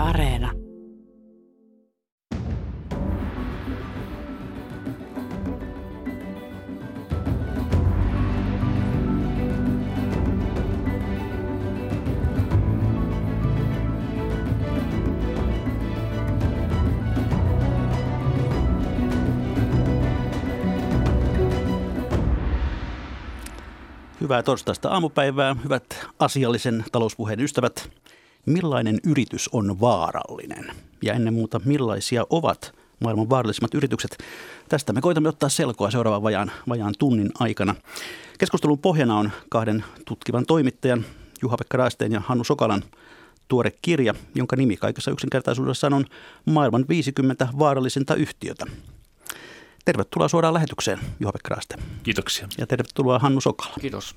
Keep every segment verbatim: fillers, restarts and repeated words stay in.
Areena. Hyvää torstaista aamupäivää, hyvät asiallisen talouspuheen ystävät. Millainen yritys on vaarallinen? Ja ennen muuta, millaisia ovat maailman vaarallisimmat yritykset? Tästä me koitamme ottaa selkoa seuraavan vajaan, vajaan tunnin aikana. Keskustelun pohjana on kahden tutkivan toimittajan, Juha-Pekka Raasteen ja Hannu Sokalan, tuore kirja, jonka nimi kaikessa yksinkertaisuudessaan on Maailman viisikymmentä vaarallisinta yhtiötä. Tervetuloa suoraan lähetykseen, Juha-Pekka Raaste. Kiitoksia. Ja tervetuloa Hannu Sokala. Kiitos.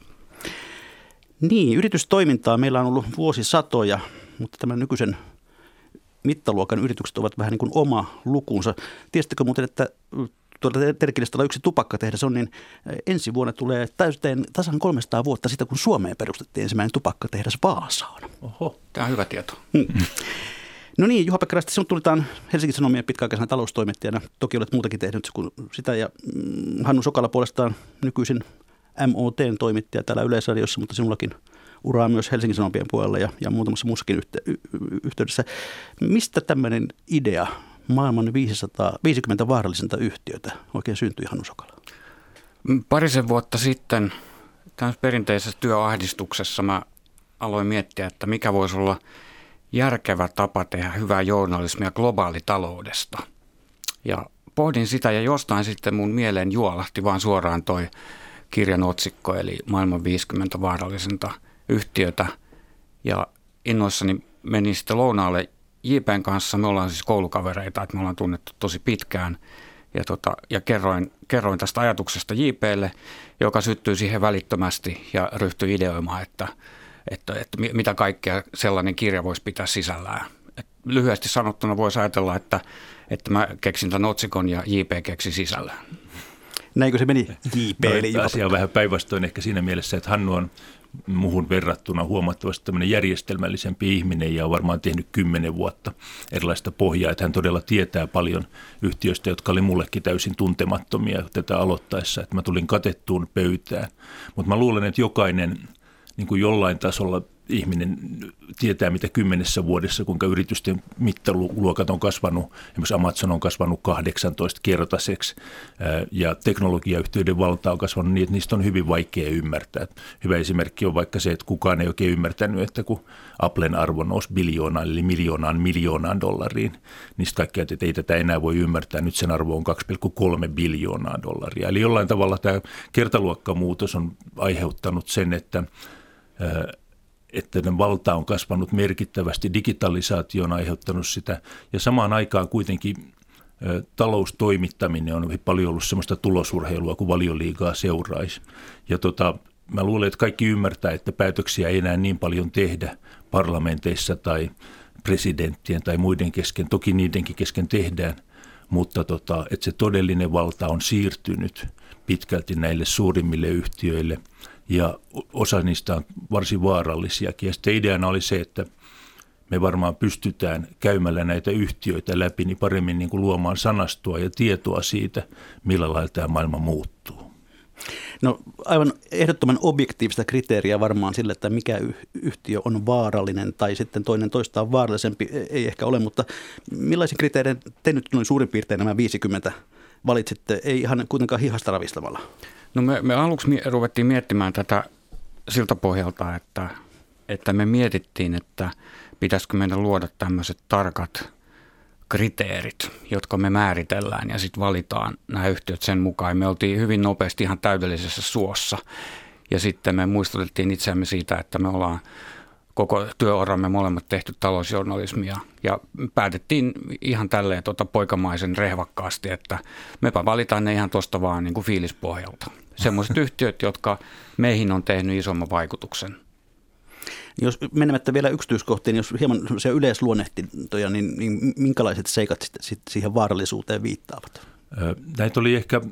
Niin, yritystoimintaa meillä on ollut vuosisatoja, mutta tämän nykyisen mittaluokan yritykset ovat vähän niin kuin oma lukunsa. Tiesittekö muuten, että tuolla Terkilistalla yksi tupakkatehdas on, niin ensi vuonna tulee täyteen tasan kolmesataa vuotta siitä, kun Suomeen perustettiin ensimmäinen tupakkatehdas Vaasaan. Oho, tämä on hyvä tieto. Hmm. No niin, Juha-Pekka Raaste, sinut tulitaan Helsingin Sanomien pitkäaikaisena taloustoimittajana. Toki olet muutakin tehnyt kuin sitä. Ja Hannu Sokala puolestaan nykyisin M O T:n toimittaja täällä Yleisradiossa, mutta sinullakin uraa myös Helsingin Sanomien puolella ja, ja muutamassa muussakin yhte- y- yhteydessä. Mistä tämmöinen idea maailman viisisataa, viisikymmentä vaarallisinta yhtiötä oikein syntyi, Hannu Sokala? Parisen vuotta sitten tämmöisessä perinteisessä työahdistuksessa mä aloin miettiä, että mikä voisi olla järkevä tapa tehdä hyvää journalismia globaalitaloudesta. Ja pohdin sitä ja jostain sitten mun mieleen juolahti vaan suoraan toi kirjan otsikko, eli maailman viisikymmentä vaarallisinta yhtiötä. Ja innoissani menin sitten lounaalle J P:n kanssa. Me ollaan siis koulukavereita, että me ollaan tunnettu tosi pitkään. Ja, tota, ja kerroin, kerroin tästä ajatuksesta J P:lle, joka syttyi siihen välittömästi ja ryhtyi ideoimaan, että Että, että mitä kaikkea sellainen kirja voisi pitää sisällään. Et lyhyesti sanottuna voisi ajatella, että, että mä keksin tämän otsikon ja J P keksi sisällään. Näinkö se meni J P? No, asia on vähän päinvastoin ehkä siinä mielessä, että Hannu on muuhun verrattuna huomattavasti tämmöinen järjestelmällisempi ihminen ja on varmaan tehnyt kymmenen vuotta erilaista pohjaa, että hän todella tietää paljon yhtiöistä, jotka oli mullekin täysin tuntemattomia tätä aloittaessa, että mä tulin katettuun pöytään. Mutta mä luulen, että jokainen niin kuin jollain tasolla ihminen tietää, mitä kymmenessä vuodessa, kuinka yritysten mittaluokat on kasvanut. Esimerkiksi Amazon on kasvanut kahdeksantoista-kertaiseksi ja teknologiayhtiöiden valta on kasvanut niin, että niistä on hyvin vaikea ymmärtää. Hyvä esimerkki on vaikka se, että kukaan ei oikein ymmärtänyt, että kun Applen arvo nousi biljoonaan eli miljoonaan miljoonaan dollariin, niin kaikki, että ei tätä enää voi ymmärtää. Nyt sen arvo on kaksi pilkku kolme biljoonaa dollaria. Eli jollain tavalla tämä kertaluokkamuutos on aiheuttanut sen, että että valta on kasvanut merkittävästi, digitalisaatio on aiheuttanut sitä ja samaan aikaan kuitenkin ä, taloustoimittaminen on paljon ollut sellaista tulosurheilua kuin Valioliigaa seuraisi. Ja tota, mä luulen, että kaikki ymmärtää, että päätöksiä ei enää niin paljon tehdä parlamenteissa tai presidenttien tai muiden kesken, toki niidenkin kesken tehdään, mutta tota, että se todellinen valta on siirtynyt pitkälti näille suurimmille yhtiöille. Ja osa niistä on varsin vaarallisiakin. Ja sitten ideana oli se, että me varmaan pystytään käymällä näitä yhtiöitä läpi niin paremmin niin kuin luomaan sanastua ja tietoa siitä, millä lailla tämä maailma muuttuu. No aivan ehdottoman objektiivista kriteeriä varmaan sille, että mikä yhtiö on vaarallinen tai sitten toinen toistaan vaarallisempi ei ehkä ole, mutta millaisin kriteerein te nyt noin suurin piirtein nämä viisikymmentä valitsitte, ei ihan kuitenkaan hihasta ravistamalla? No me, me aluksi mie- ruvettiin miettimään tätä siltä pohjalta, että, että me mietittiin, että pitäisikö meidän luoda tämmöiset tarkat kriteerit, jotka me määritellään ja sitten valitaan nämä yhtiöt sen mukaan. Me oltiin hyvin nopeasti ihan täydellisessä suossa ja sitten me muistutettiin itseämme siitä, että me ollaan koko työuramme molemmat tehty talousjournalismia ja päätettiin ihan tälleen tuota poikamaisen rehvakkaasti, että mepä valitaan ne ihan tuosta vaan niin kuin fiilispohjalta. Semmoiset yhtiöt, jotka meihin on tehnyt isomman vaikutuksen. Jos menemättä vielä yksityiskohtiin, jos hieman se yleisluonnehtintoja, niin, niin minkälaiset seikat sitten siihen vaarallisuuteen viittaavat? Näitä oli ehkä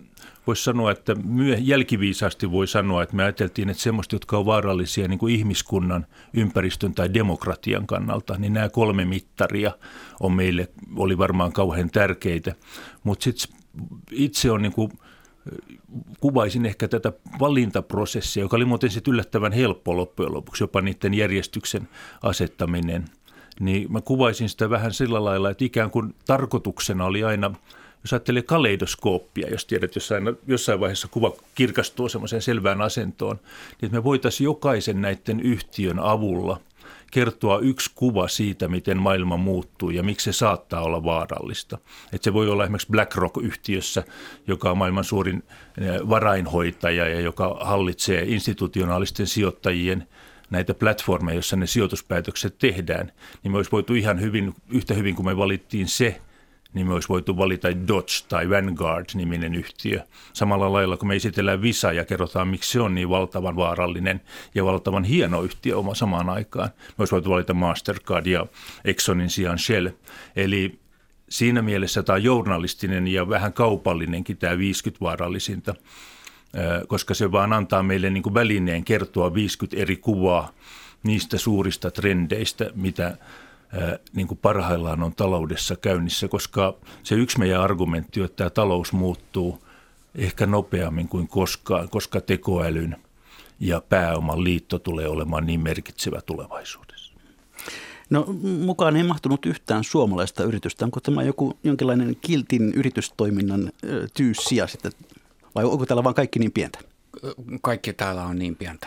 voisi sanoa, että myö, jälkiviisaasti voi sanoa, että me ajateltiin, että semmoista, jotka on vaarallisia niin kuin ihmiskunnan, ympäristön tai demokratian kannalta, niin nämä kolme mittaria on meille, oli varmaan kauhean tärkeitä. Mutta sitten itse on niin kuin, kuvaisin ehkä tätä valintaprosessia, joka oli muuten sitten yllättävän helppo loppujen lopuksi, jopa niiden järjestyksen asettaminen. Niin mä kuvaisin sitä vähän sillä lailla, että ikään kuin tarkoituksena oli aina, jos ajattelee kaleidoskooppia, jos tiedät, jossain, jossain vaiheessa kuva kirkastuu semmoiseen selvään asentoon, niin että me voitaisiin jokaisen näiden yhtiön avulla kertoa yksi kuva siitä, miten maailma muuttuu ja miksi se saattaa olla vaarallista. Että se voi olla esimerkiksi BlackRock-yhtiössä, joka on maailman suurin varainhoitaja ja joka hallitsee institutionaalisten sijoittajien näitä platformeja, joissa ne sijoituspäätökset tehdään, niin me olisi voitu ihan hyvin, yhtä hyvin kuin me valittiin se, niin me olisi voitu valita Dodge tai Vanguard-niminen yhtiö. Samalla lailla, kun me esitellään Visa ja kerrotaan, miksi se on niin valtavan vaarallinen ja valtavan hieno yhtiö oma samaan aikaan. Me olisi voitu valita Mastercard ja Exxonin sijaan Shell. Eli siinä mielessä tämä on journalistinen ja vähän kaupallinenkin tämä viisikymmentä vaarallisinta, koska se vaan antaa meille niin kuin välineen kertoa viisikymmentä eri kuvaa niistä suurista trendeistä, mitä niin kuin parhaillaan on taloudessa käynnissä, koska se yksi meidän argumentti on, että tämä talous muuttuu ehkä nopeammin kuin koskaan, koska tekoälyn ja pääoman liitto tulee olemaan niin merkitsevä tulevaisuudessa. No mukaan ei mahtunut yhtään suomalaista yritystä. Onko tämä joku jonkinlainen kiltin yritystoiminnan tyyssiä sitten, vai onko täällä vaan kaikki niin pientä? Kaikki täällä on niin pientä.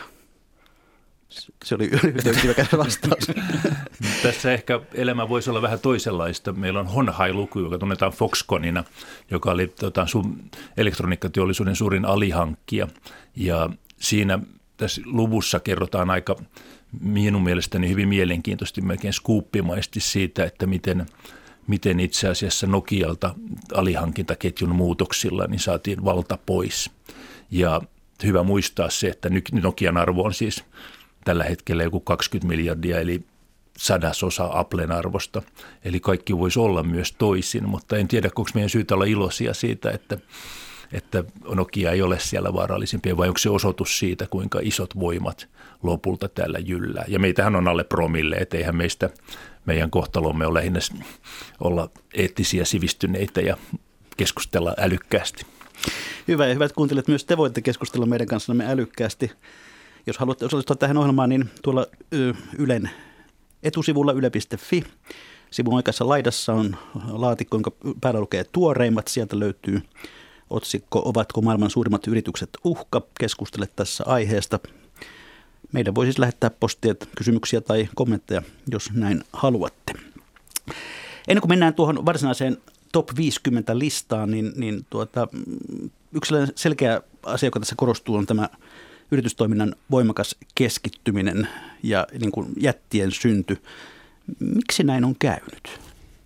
Se oli yhdenkiväkäinen vastaus. Tässä ehkä elämä voisi olla vähän toisenlaista. Meillä on Honhai-luku, joka tunnetaan Foxconnina, joka oli tota, sun elektroniikkateollisuuden suurin alihankkija. Ja siinä tässä luvussa kerrotaan aika minun mielestäni hyvin mielenkiintoisesti, melkein skuuppimaisesti siitä, että miten, miten itse asiassa Nokialta alihankintaketjun muutoksilla niin saatiin valta pois. Ja hyvä muistaa se, että nyt Nokian arvo on siis tällä hetkellä joku kaksikymmentä miljardia, eli sadasosa Applen arvosta. Eli kaikki voisi olla myös toisin, mutta en tiedä, onko meidän syytä olla iloisia siitä, että, että Nokia ei ole siellä vaarallisimpia, vai onko se osoitus siitä, kuinka isot voimat lopulta täällä jyllää. Ja meitähän on alle promille, et eihän meistä, meidän kohtalomme ole lähinnä olla eettisiä, sivistyneitä ja keskustella älykkäästi. Hyvä, ja hyvät kuuntelijat, myös te voitte keskustella meidän kanssamme älykkäästi. Jos haluatte osallistua tähän ohjelmaan, niin tuolla Ylen etusivulla yle piste fi sivun oikeassa laidassa on laatikko, jonka päällä lukee tuoreimmat. Sieltä löytyy otsikko "Ovatko maailman suurimmat yritykset uhka?" Keskustele tässä aiheesta. Meidän voi siis lähettää postia, kysymyksiä tai kommentteja, jos näin haluatte. Ennen kuin mennään tuohon varsinaiseen top viisikymmentä listaan, niin, niin tuota, yksi selkeä asia, joka tässä korostuu, on tämä yritystoiminnan voimakas keskittyminen ja niin kuin jättien synty. Miksi näin on käynyt?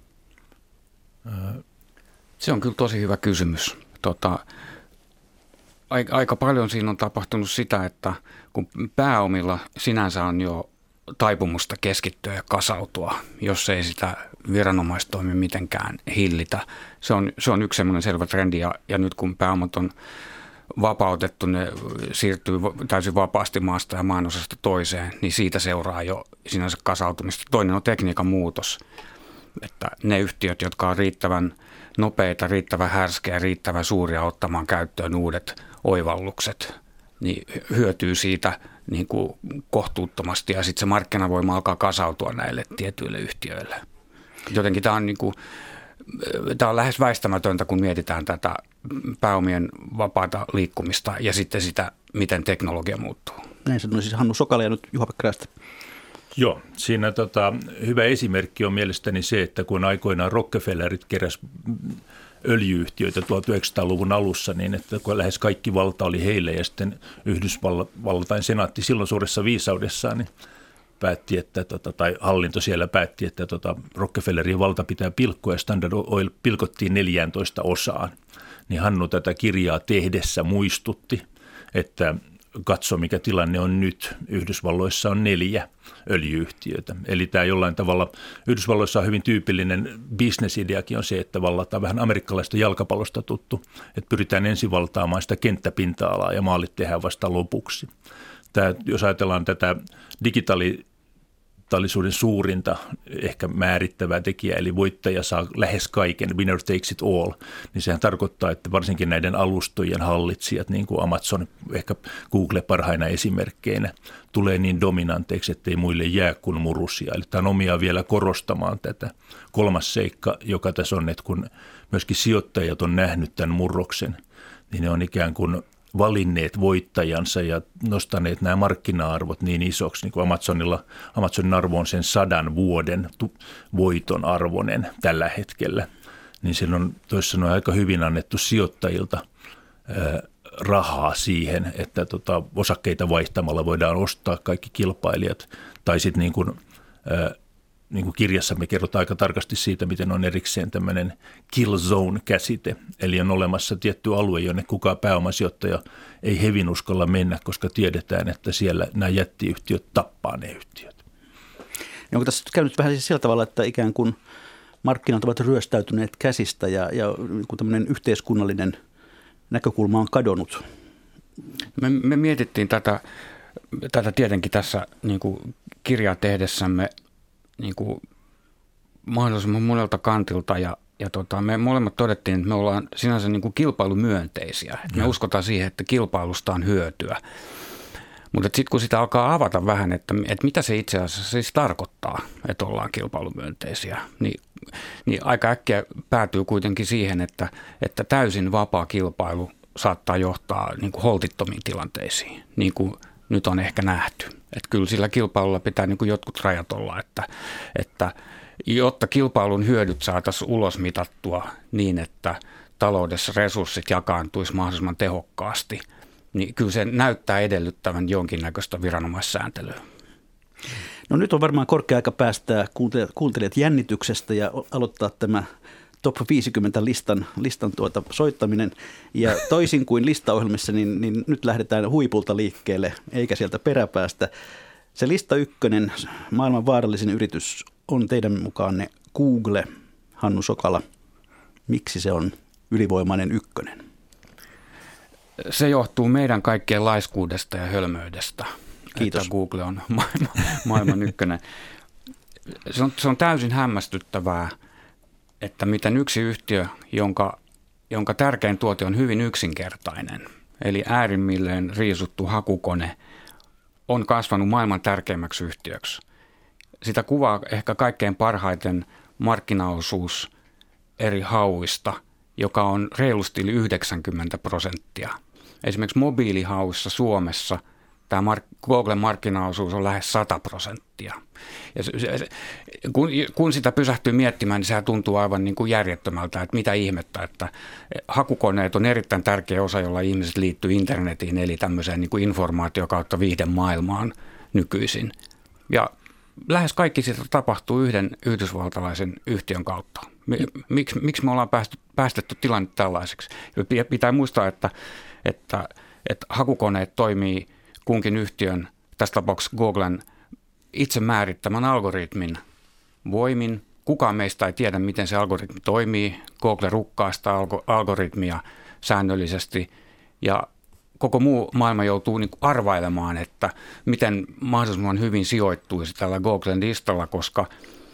Se on kyllä tosi hyvä kysymys. Tota, aika paljon siinä on tapahtunut sitä, että kun pääomilla sinänsä on jo taipumusta keskittyä ja kasautua, jos ei sitä viranomaistoimi mitenkään hillitä. Se on, se on yksi semmoinen selvä trendi, ja, ja nyt kun pääomat on vapautettu, ne siirtyy täysin vapaasti maasta ja maanosasta toiseen, niin siitä seuraa jo sinänsä kasautumista. Toinen on tekniikan muutos, että ne yhtiöt, jotka on riittävän nopeita, riittävän härskejä, riittävän suuria ottamaan käyttöön uudet oivallukset, niin hyötyy siitä niin kuin kohtuuttomasti, ja sitten se markkinavoima alkaa kasautua näille tietyille yhtiöille. Jotenkin tämä on, niin kuin, tämä on lähes väistämätöntä, kun mietitään tätä pääomien vapaata liikkumista ja sitten sitä, miten teknologia muuttuu. Näin sanoi siis Hannu Sokala ja nyt Juha-Pekka Rästä. Joo, siinä tota, hyvä esimerkki on mielestäni se, että kun aikoinaan Rockefellerit keräsi öljyyhtiöitä tuhatyhdeksänsataaluvun alussa, niin että kun lähes kaikki valta oli heille, ja sitten Yhdysvaltain senaatti silloin suuressa viisaudessaan niin päätti, että, tota, tai hallinto siellä päätti, että tota, Rockefellerin valta pitää pilkkoa, ja Standard Oil pilkottiin neljääntoista osaan. Niin Hannu tätä kirjaa tehdessä muistutti, että katsoo, mikä tilanne on nyt, Yhdysvalloissa on neljä öljyyhtiötä. Eli tämä jollain tavalla, Yhdysvalloissa on hyvin tyypillinen bisnesideakin on se, että vallataan vähän amerikkalaista jalkapallosta tuttu, että pyritään ensin valtaamaan sitä kenttäpinta-alaa ja maalit tehdään vasta lopuksi. Tämä, jos ajatellaan tätä digitaali digitaalisuuden suurinta ehkä määrittävää tekijää, eli voittaja saa lähes kaiken, winner takes it all, niin sehän tarkoittaa, että varsinkin näiden alustojen hallitsijat, niin kuin Amazon, ehkä Google parhaina esimerkkeinä, tulee niin dominanteiksi, ettei muille jää kuin murusia. Eli tämä on omiaan vielä korostamaan tätä. Kolmas seikka, joka tässä on, että kun myöskin sijoittajat on nähnyt tämän murroksen, niin ne on ikään kuin valinneet voittajansa ja nostaneet nämä markkina-arvot niin isoksi, niin kuin Amazonilla, Amazonin arvo on sen sadan vuoden voiton arvoinen tällä hetkellä, niin siinä on toisin sanoen aika hyvin annettu sijoittajilta ää, rahaa siihen, että tota, osakkeita vaihtamalla voidaan ostaa kaikki kilpailijat, tai sitten niin kuin ää, niin kuin kirjassamme kerrotaan aika tarkasti siitä, miten on erikseen tämmöinen kill zone-käsite. Eli on olemassa tietty alue, jonne kukaan pääomasijoittaja ei hevin uskalla mennä, koska tiedetään, että siellä nämä jättiyhtiöt tappaa ne yhtiöt. Ja onko tässä käynyt vähän siis sillä tavalla, että ikään kuin markkinat ovat ryöstäytyneet käsistä ja, ja kun tämmöinen yhteiskunnallinen näkökulma on kadonnut? Me, me mietittiin tätä, tätä tietenkin tässä niin kuin kirjaa tehdessämme niin kuin mahdollisimman monelta kantilta ja, ja tota, me molemmat todettiin, että me ollaan sinänsä niin kuin kilpailumyönteisiä. Että me uskotaan siihen, että kilpailusta on hyötyä. Mutta sitten kun sitä alkaa avata vähän, että, että mitä se itse asiassa siis tarkoittaa, että ollaan kilpailumyönteisiä, niin, niin aika äkkiä päätyy kuitenkin siihen, että, että täysin vapaa kilpailu saattaa johtaa niin kuin holtittomiin tilanteisiin, niin kuin nyt on ehkä nähty. Että kyllä sillä kilpailulla pitää niin kuin jotkut rajat olla, että, että jotta kilpailun hyödyt saataisiin ulosmitattua niin, että taloudessa resurssit jakaantuisi mahdollisimman tehokkaasti, niin kyllä se näyttää edellyttävän jonkinnäköistä viranomaissääntelyä. No nyt on varmaan korkea aika päästää kuuntelijat jännityksestä ja aloittaa tämä top viisikymmentä listan, listan tuota soittaminen. Ja toisin kuin listaohjelmissa, niin, niin nyt lähdetään huipulta liikkeelle, eikä sieltä peräpäästä. Se lista ykkönen, maailman vaarallisin yritys, on teidän mukaanne Google. Hannu Sokala, miksi se on ylivoimainen ykkönen? Se johtuu meidän kaikkien laiskuudesta ja hölmöydestä. Kiitos. Että Google on maailman, maailman ykkönen. Se on, se on täysin hämmästyttävää, että miten yksi yhtiö, jonka, jonka tärkein tuote on hyvin yksinkertainen, eli äärimmilleen riisuttu hakukone, on kasvanut maailman tärkeimmäksi yhtiöksi. Sitä kuvaa ehkä kaikkein parhaiten markkinaosuus eri hauista, joka on reilusti yli yhdeksänkymmentä prosenttia. Esimerkiksi mobiilihauissa Suomessa tämä mark- Googlen markkinaosuus on lähes sata prosenttia. Ja se, se, kun, kun sitä pysähtyy miettimään, niin sehän tuntuu aivan niin kuin järjettömältä, että mitä ihmettä, että hakukoneet on erittäin tärkeä osa, jolla ihmiset liittyy internetiin, eli tämmöiseen niin kuin informaatio kautta viihdemaailmaan nykyisin. Ja lähes kaikki sitä tapahtuu yhden yhdysvaltalaisen yhtiön kautta. Miksi, miksi me ollaan päästy, päästetty tilanne tällaiseksi? Ja pitää muistaa, että, että, että hakukoneet toimii kunkin yhtiön, tässä tapauksessa Googlen, itse määrittämän algoritmin voimin. Kukaan meistä ei tiedä, miten se algoritmi toimii. Google rukkaa sitä algo- algoritmia säännöllisesti ja koko muu maailma joutuu niin kuin arvailemaan, että miten mahdollisimman hyvin sijoittuisi tällä Googlen listalla, koska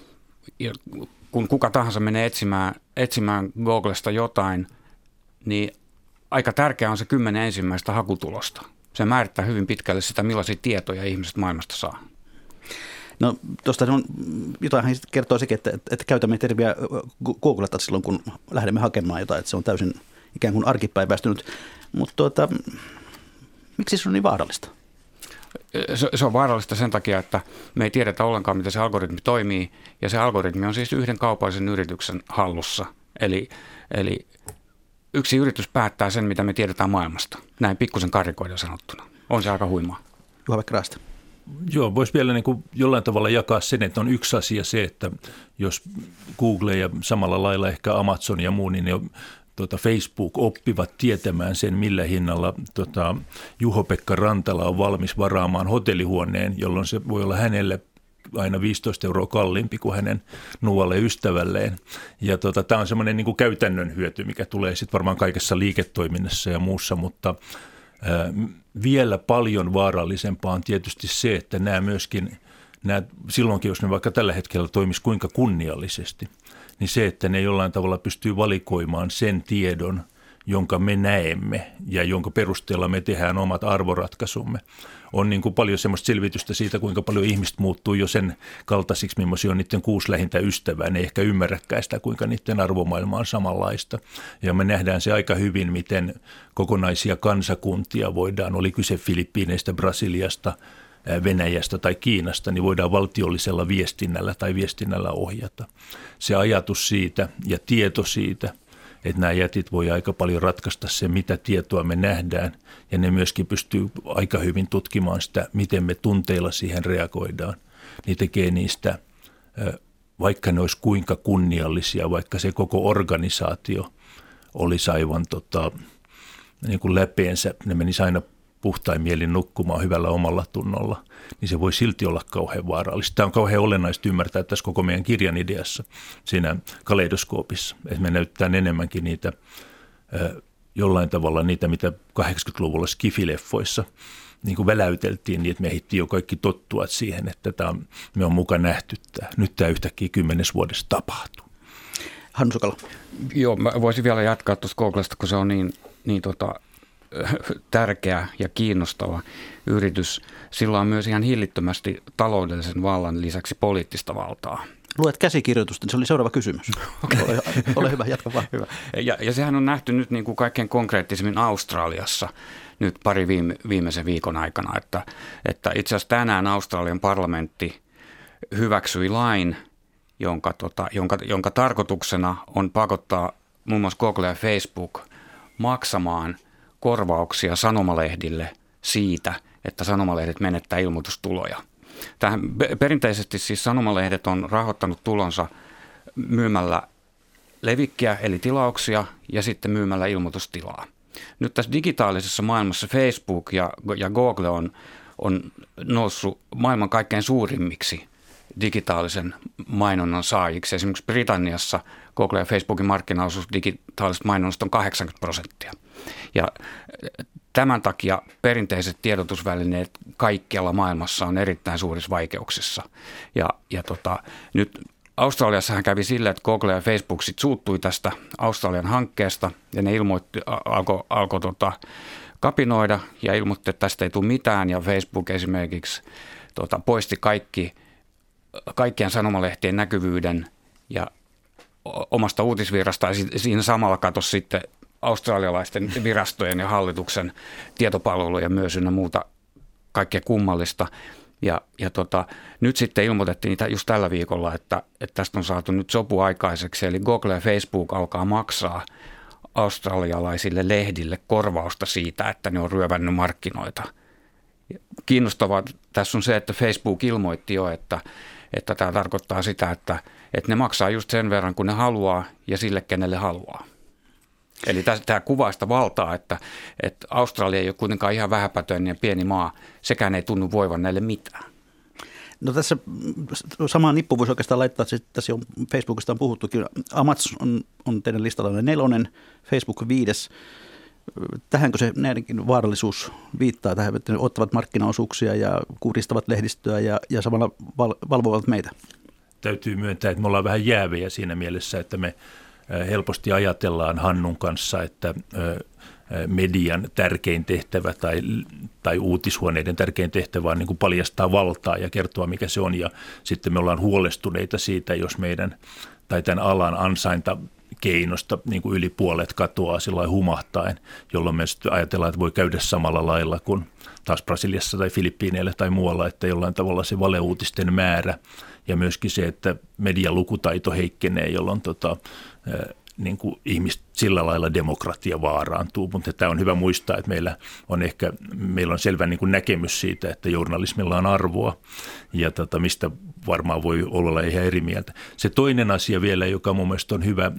kun kuka tahansa menee etsimään, etsimään Googlesta jotain, niin aika tärkeää on se kymmenen ensimmäistä hakutulosta. Se määrittää hyvin pitkälle sitä, millaisia tietoja ihmiset maailmasta saa. No tuosta on jotain kertoo sekin, että, että käytämme termiä Googleta silloin, kun lähdemme hakemaan jotain, että se on täysin ikään kuin arkipäiväistynyt. Mutta tuota, miksi se on niin vaarallista? Se, se on vaarallista sen takia, että me ei tiedetä ollenkaan, miten se algoritmi toimii, ja se algoritmi on siis yhden kaupallisen yrityksen hallussa. Eli, eli yksi yritys päättää sen, mitä me tiedetään maailmasta. Näin pikkusen karrikoiden sanottuna. On se aika huimaa. Juha Raasta. Joo, voisi vielä niin kuin jollain tavalla jakaa sen, että on yksi asia se, että jos Google ja samalla lailla ehkä Amazon ja muu, niin ne tota, Facebook oppivat tietämään sen, millä hinnalla tota, Juho-Pekka Rantala on valmis varaamaan hotellihuoneen, jolloin se voi olla hänelle aina viisitoista euroa kalliimpi kuin hänen nuolle ystävälleen. Ja tota, tämä on semmoinen niin kuin käytännön hyöty, mikä tulee sitten varmaan kaikessa liiketoiminnassa ja muussa, mutta ää, vielä paljon vaarallisempaa on tietysti se, että nämä myöskin, nämä, silloinkin jos ne vaikka tällä hetkellä toimisi kuinka kunniallisesti, niin se, että ne jollain tavalla pystyy valikoimaan sen tiedon, jonka me näemme ja jonka perusteella me tehdään omat arvoratkaisumme. On niin kuin paljon semmoista selvitystä siitä, kuinka paljon ihmiset muuttuu jo sen kaltaisiksi, millaisia on niiden kuusi lähintä ystävää. Ne ei ehkä ymmärräkään sitä, kuinka niiden arvomaailma on samanlaista. Ja me nähdään se aika hyvin, miten kokonaisia kansakuntia voidaan, oli kyse Filippiineistä, Brasiliasta, Venäjästä tai Kiinasta, niin voidaan valtiollisella viestinnällä tai viestinnällä ohjata. Se ajatus siitä ja tieto siitä, että nämä jätit voi aika paljon ratkaista se, mitä tietoa me nähdään, ja ne myöskin pystyy aika hyvin tutkimaan sitä, miten me tunteilla siihen reagoidaan. Niin tekee niistä, vaikka ne olisi kuinka kunniallisia, vaikka se koko organisaatio olisi aivan tota, niin kuin läpeensä, ne menisi aina puhtain mielin nukkumaan hyvällä omalla tunnolla, niin se voi silti olla kauhean vaarallista. Tämä on kauhean olennaista ymmärtää tässä koko meidän kirjan ideassa, siinä kaleidoskoopissa, että me näytetään enemmänkin niitä jollain tavalla niitä, mitä kahdeksankymmentäluvulla skifileffoissa niin kuin väläyteltiin, niin että me ehdittiin jo kaikki tottua siihen, että tämä on, me on muka nähty tämä. Nyt tämä yhtäkkiä kymmenes vuodessa tapahtuu. Hannu Sokala. Joo, mä voisin vielä jatkaa tuosta Googlesta, kun se on niin, niin tota, tärkeä ja kiinnostava yritys. Sillä on myös ihan hillittömästi taloudellisen vallan lisäksi poliittista valtaa. Luet käsikirjoitusta, niin se oli seuraava kysymys. Ole, ole hyvä, jatka vaan. Hyvä. Ja, ja sehän on nähty nyt niin kuin kaikkein konkreettisimmin Australiassa nyt pari viime, viimeisen viikon aikana, että, että itse asiassa tänään Australian parlamentti hyväksyi lain, jonka, tota, jonka, jonka tarkoituksena on pakottaa muun muassa Google ja Facebook maksamaan korvauksia sanomalehdille siitä, että sanomalehdet menettää ilmoitustuloja. Tähän perinteisesti siis sanomalehdet on rahoittanut tulonsa myymällä levikkiä eli tilauksia ja sitten myymällä ilmoitustilaa. Nyt tässä digitaalisessa maailmassa Facebook ja, ja Google on, on noussut maailman kaikkein suurimmiksi digitaalisen mainonnan saajiksi. Esimerkiksi Britanniassa Google ja Facebookin markkinaosuus digitaalisesta mainonnasta on kahdeksankymmentä prosenttia. Ja tämän takia perinteiset tiedotusvälineet kaikkialla maailmassa on erittäin suurissa vaikeuksissa. Ja, ja tota, nyt Australiassahan kävi sillä, että Google ja Facebook sit suuttui tästä Australian hankkeesta ja ne ilmoitti, alkoi alko, tota, kapinoida ja ilmoitti, että tästä ei tule mitään ja Facebook esimerkiksi tota, poisti kaikki, kaikkien sanomalehtien näkyvyyden ja omasta uutisvirrasta ja siinä samalla katosi sitten australialaisten virastojen ja hallituksen tietopalveluja myös ynnä muuta kaikkea kummallista. Ja, ja tota, nyt sitten ilmoitettiin niitä just tällä viikolla, että, että tästä on saatu nyt sopu aikaiseksi. Eli Google ja Facebook alkaa maksaa australialaisille lehdille korvausta siitä, että ne on ryövännyt markkinoita. Kiinnostavaa tässä on se, että Facebook ilmoitti jo, että, että tämä tarkoittaa sitä, että, että ne maksaa just sen verran, kun ne haluaa ja sille, kenelle haluaa. Eli tämä kuvaa sitä valtaa, että, että Australia ei ole kuitenkaan ihan vähäpätöinen ja pieni maa. Sekään ei tunnu voivan näille mitään. No tässä samaan nippuun voisi oikeastaan laittaa, että tässä on Facebookista on puhuttukin. Amazon on, on teidän listallanne nelonen, Facebook viides. Tähänkö se näidenkin vaarallisuus viittaa tähän, että ne ottavat markkinaosuuksia ja kuristavat lehdistöä ja, ja samalla val, valvovat meitä? Täytyy myöntää, että me ollaan vähän jäävejä siinä mielessä, että me helposti ajatellaan Hannun kanssa, että median tärkein tehtävä tai, tai uutishuoneiden tärkein tehtävä on niin kuin paljastaa valtaa ja kertoa, mikä se on. Ja sitten me ollaan huolestuneita siitä, jos meidän tai tämän alan ansainta keinosta niin kuin yli puolet katoaa sillä lailla humahtaen, jolloin me ajatellaan, että voi käydä samalla lailla kuin taas Brasiliassa tai Filippiineillä tai muualla, että jollain tavalla se valeuutisten määrä ja myöskin se, että median lukutaito heikkenee, jolloin tota, niin kuin ihmiset sillä lailla demokratia vaaraantuu, mutta tämä on hyvä muistaa, että meillä on ehkä meillä on selvä niin kuin näkemys siitä, että journalismilla on arvoa ja tota, mistä varmaan voi olla ihan eri mieltä. Se toinen asia vielä, joka mun mielestä on hyvä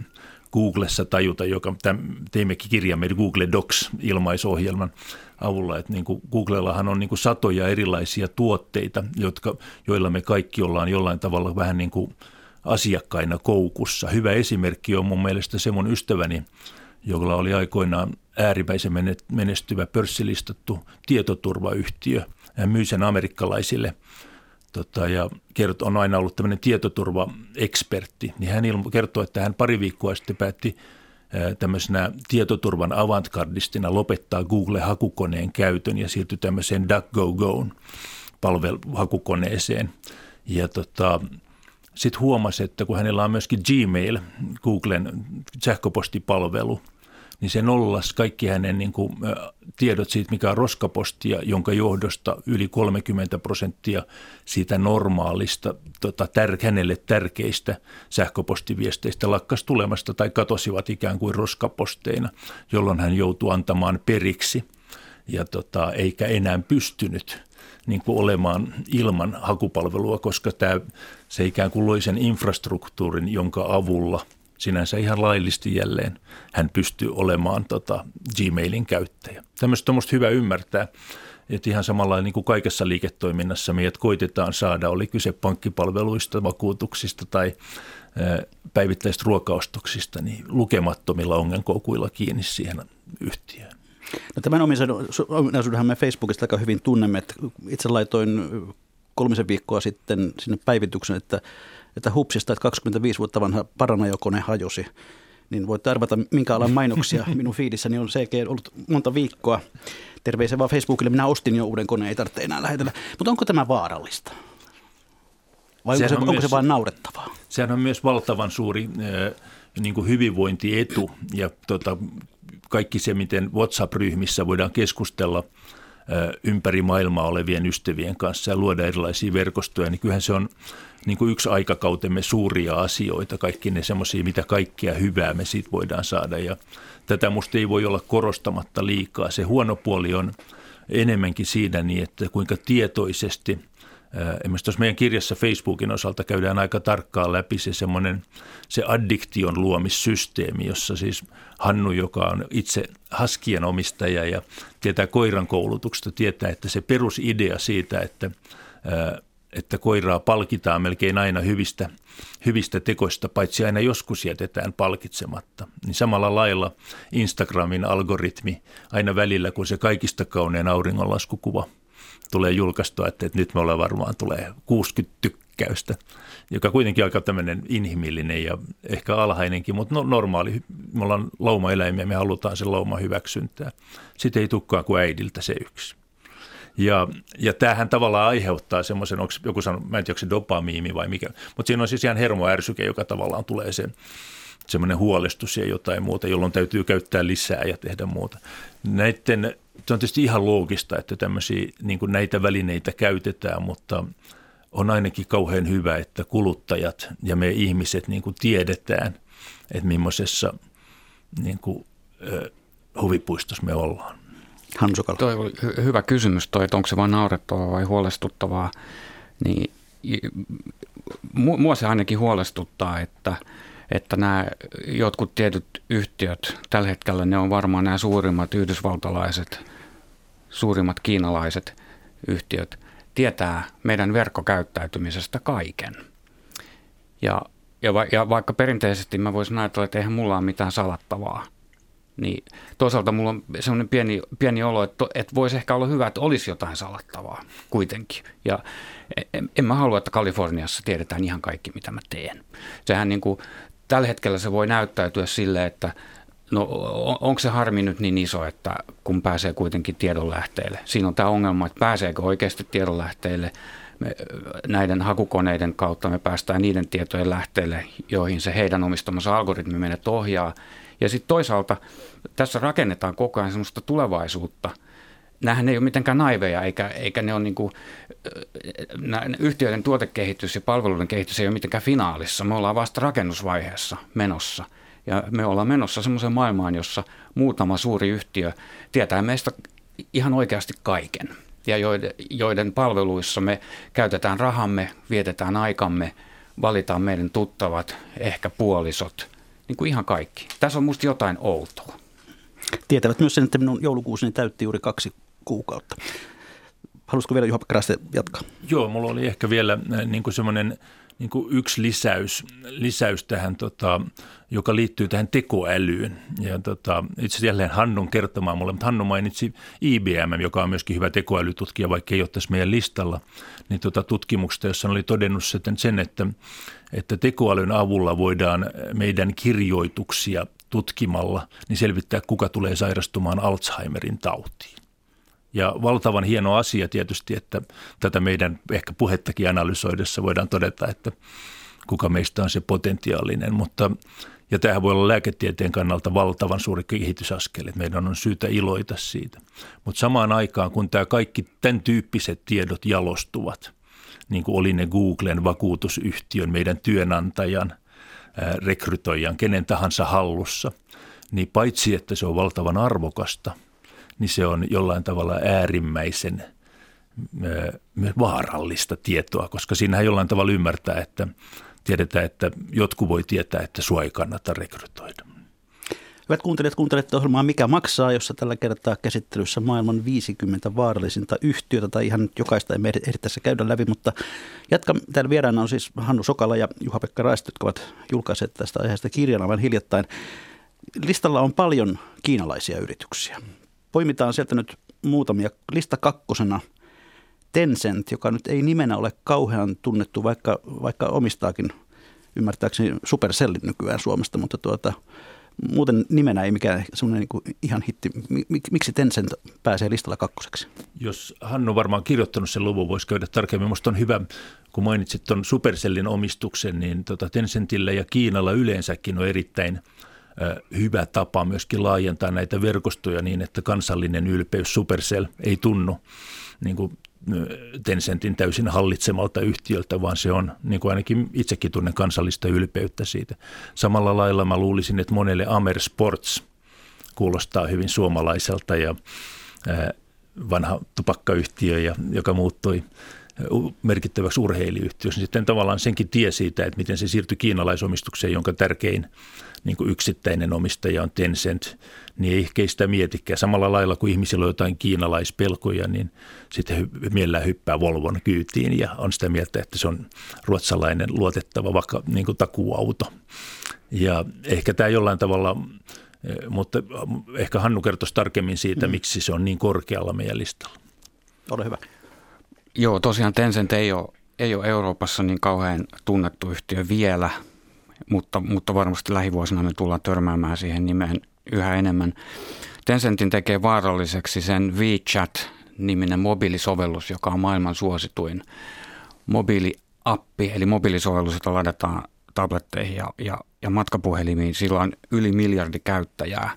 Googlessa tajuta, joka teimmekin kirjamme Google Docs-ilmaisohjelman avulla, että niin kuin Googlellahan on niin kuin satoja erilaisia tuotteita, jotka, joilla me kaikki ollaan jollain tavalla vähän niin kuin asiakkaina koukussa. Hyvä esimerkki on mun mielestä se mun ystäväni, jolla oli aikoinaan äärimmäisen menestyvä pörssilistattu tietoturvayhtiö. Hän myi sen amerikkalaisille tota, ja kert- on aina ollut tämmöinen tietoturvaekspertti. Niin hän ilmo- kertoi, että hän pari viikkoa sitten päätti ää, tämmöisenä tietoturvan avantgardistina lopettaa Google-hakukoneen käytön ja siirtyi tämmöiseen DuckDuckGoon palvelu-hakukoneeseen. Ja tota, sitten huomasi, että kun hänellä on myöskin Gmail, Googlen sähköpostipalvelu, niin se nollasi kaikki hänen niin kuin, tiedot siitä, mikä on roskapostia, jonka johdosta yli kolmekymmentä prosenttia siitä normaalista, tota, tär, hänelle tärkeistä sähköpostiviesteistä lakkas tulemasta tai katosivat ikään kuin roskaposteina, jolloin hän joutui antamaan periksi ja tota, eikä enää pystynyt niin kuin olemaan ilman hakupalvelua, koska tämä, se ikään kuin loi sen infrastruktuurin, jonka avulla sinänsä ihan laillisesti jälleen hän pystyy olemaan tota, Gmailin käyttäjä. Tämmöistä on musta hyvä ymmärtää, että ihan samalla niin kuin kaikessa liiketoiminnassa meidät koitetaan saada, oli kyse pankkipalveluista, vakuutuksista tai ää, päivittäisistä ruokaostoksista, niin lukemattomilla ongenkoukuilla kiinni siihen yhtiöön. No, tämän ominaisuudenhan me Facebookista aika hyvin tunnemme, että itse laitoin kolmisen viikkoa sitten sinne päivityksen, että, että hupsista, että kaksikymmentäviisi vuotta vanha Paranajokone hajosi, niin voitte arvata, minkä alan mainoksia minun feedissäni on selkeä ollut monta viikkoa. Terveisiä vaan Facebookille, minä ostin jo uuden koneen, ei tarvitse enää lähetellä. Mutta onko tämä vaarallista? Vai onko se, on onko myös, se vain naurettavaa? Sehän on myös valtavan suuri äh, niin kuin hyvinvointietu ja tota, kaikki se, miten WhatsApp-ryhmissä voidaan keskustella ympäri maailmaa olevien ystävien kanssa ja luoda erilaisia verkostoja, niin kyllähän se on niin kuin yksi aikakautemme suuria asioita, kaikki ne semmoisia, mitä kaikkea hyvää me siitä voidaan saada. Ja tätä musta ei voi olla korostamatta liikaa. Se huono puoli on enemmänkin siinä niin, että kuinka tietoisesti, esimerkiksi tuossa meidän kirjassa Facebookin osalta käydään aika tarkkaan läpi se semmoinen se addiktion luomissysteemi, jossa siis Hannu, joka on itse haskien omistaja ja tietää koiran koulutuksesta, tietää, että se perusidea siitä, että, että koiraa palkitaan melkein aina hyvistä, hyvistä tekoista, paitsi aina joskus jätetään palkitsematta, niin samalla lailla Instagramin algoritmi aina välillä, kun se kaikista kaunein auringonlaskukuva tulee julkaistua, että, että nyt me ollaan varmaan tulee kuusikymmentä tykkäystä, joka kuitenkin aika tämmöinen inhimillinen ja ehkä alhainenkin, mutta no, normaali. Me ollaan laumaeläimiä, me halutaan sen lauma hyväksyntää. Sitten ei tukkaan kuin äidiltä se yksi. Ja, ja tämähän tavallaan aiheuttaa semmoisen, onko joku sanonut, mä en tiedä, onko se dopamiimi vai mikä, mutta siinä on siis ihan hermoärsyke, joka tavallaan tulee sen semmoinen huolestus ja jotain muuta, jolloin täytyy käyttää lisää ja tehdä muuta. Näiden se on tietysti ihan loogista, että tämmöisiä, niin kuin näitä välineitä käytetään, mutta on ainakin kauhean hyvä, että kuluttajat ja me ihmiset niin kuin tiedetään, että millaisessa niin kuin, ö, huvipuistossa me ollaan. Hansukala. Toi oli hy- hyvä kysymys toi, että onko se vain naurettavaa vai huolestuttavaa. Niin, mua se ainakin huolestuttaa, että että nämä jotkut tietyt yhtiöt, tällä hetkellä ne on varmaan nämä suurimmat yhdysvaltalaiset, suurimmat kiinalaiset yhtiöt, tietää meidän verkkokäyttäytymisestä kaiken. Ja, ja, va, ja vaikka perinteisesti mä voisin ajatella, että eihän mulla ole mitään salattavaa, niin toisaalta mulla on sellainen pieni, pieni olo, että, että voisi ehkä olla hyvä, että olisi jotain salattavaa kuitenkin. Ja en, en mä halua, että Kaliforniassa tiedetään ihan kaikki, mitä mä teen. Sehän niin kuin tällä hetkellä se voi näyttäytyä silleen, että no onko se harmi nyt niin iso, että kun pääsee kuitenkin tiedonlähteille. Siinä on tämä ongelma, että pääseekö oikeasti tiedonlähteille. Me, näiden hakukoneiden kautta me päästään niiden tietojen lähteille, joihin se heidän omistamansa algoritmi meidät ohjaa. Ja sitten toisaalta tässä rakennetaan koko ajan sellaista tulevaisuutta. Nämähän ei ole mitenkään naiveja, eikä, eikä ne ole niin kuin, yhtiöiden tuotekehitys ja palveluiden kehitys ei ole mitenkään finaalissa. Me ollaan vasta rakennusvaiheessa menossa. Ja me ollaan menossa semmoiseen maailmaan, jossa muutama suuri yhtiö tietää meistä ihan oikeasti kaiken. Ja joiden, joiden palveluissa me käytetään rahamme, vietetään aikamme, valitaan meidän tuttavat, ehkä puolisot niin kuin ihan kaikki. Tässä on musta jotain outoa. Tietävät myös sen, että minun joulukuuseni täytti juuri kaksi kuukautta. Haluaisitko vielä Juha-Pekka Raiste jatkaa? Joo, mulla oli ehkä vielä niin kuin semmoinen niin kuin yksi lisäys, lisäys tähän, tota, joka liittyy tähän tekoälyyn. Ja tota, itse asiassa jälleen Hannun kertomaan mulle, mutta Hannu mainitsi I B M, joka on myöskin hyvä tekoälytutkija, vaikka ei ole tässä meidän listalla, niin tota tutkimuksesta, jossa oli todennut sen, että, että tekoälyn avulla voidaan meidän kirjoituksia tutkimalla niin selvittää, kuka tulee sairastumaan Alzheimerin tautiin. Ja valtavan hieno asia tietysti, että tätä meidän ehkä puhettakin analysoidessa voidaan todeta, että kuka meistä on se potentiaalinen. Mutta, ja tämähän voi olla lääketieteen kannalta valtavan suuri kehitysaskel, että meidän on syytä iloita siitä. Mutta samaan aikaan, kun tämä kaikki tämän tyyppiset tiedot jalostuvat, niin kuin oli ne Googlen, vakuutusyhtiön, meidän työnantajan, ää, rekrytoijan, kenen tahansa hallussa, niin paitsi että se on valtavan arvokasta, niin se on jollain tavalla äärimmäisen vaarallista tietoa, koska siinähän jollain tavalla ymmärtää, että tiedetään, että jotkut voi tietää, että sua ei kannata rekrytoida. Hyvät kuuntelijat, kuuntelette ohjelmaa Mikä maksaa, jossa tällä kertaa käsittelyssä maailman viisikymmentä vaarallisinta yhtiötä, tai ihan nyt jokaista emme ehdi tässä käydä läpi, mutta jatka. Täällä vieraana on siis Hannu Sokala ja Juha-Pekka Raiste, jotka ovat julkaiseet tästä aiheesta kirjana vain hiljattain. Listalla on paljon kiinalaisia yrityksiä. Poimitaan sieltä nyt muutamia. Lista kakkosena Tencent, joka nyt ei nimenä ole kauhean tunnettu, vaikka, vaikka omistaakin ymmärtääkseni Supercellin nykyään Suomesta, mutta tuota, muuten nimenä ei mikään semmoinen niin ihan hitti. Miksi Tencent pääsee listalla kakkoseksi? Jos Hannu varmaan kirjoittanut sen luvun, voisi käydä tarkemmin. Minusta on hyvä, kun mainitsit tuon Supercellin omistuksen, niin tota Tencentillä ja Kiinalla yleensäkin on erittäin hyvä tapa myöskin laajentaa näitä verkostoja niin, että kansallinen ylpeys Supercell ei tunnu niin kuin Tencentin täysin hallitsemalta yhtiöltä, vaan se on, niin kuin ainakin itsekin tunnen kansallista ylpeyttä siitä. Samalla lailla mä luulisin, että monelle Amer Sports kuulostaa hyvin suomalaiselta ja vanha tupakkayhtiö, ja, joka muuttui merkittäväksi urheiluyhtiöksi. Sitten tavallaan senkin tie siitä, että miten se siirtyi kiinalaisomistukseen, jonka tärkein niin kuin yksittäinen omistaja on Tencent, niin ei ehkä sitä mietikään. Samalla lailla kuin ihmisillä on jotain kiinalaispelkoja, niin sitten hy- mielellään hyppää Volvon kyytiin ja on sitä mieltä, että se on ruotsalainen luotettava vaikka niin kuin takuuauto. Ja ehkä tämä jollain tavalla, mutta ehkä Hannu kertoisi tarkemmin siitä, mm. miksi se on niin korkealla meidän listalla. Ole hyvä. Joo, tosiaan Tencent ei ole, ei ole Euroopassa niin kauhean tunnettu yhtiö vielä, mutta, mutta varmasti lähivuosina me tullaan törmäämään siihen nimeen yhä enemmän. Tencentin tekee vaaralliseksi sen WeChat-niminen mobiilisovellus, joka on maailman suosituin mobiiliappi, eli mobiilisovellus, jota ladataan tabletteihin ja, ja, ja matkapuhelimiin. Sillä on yli miljardi käyttäjää.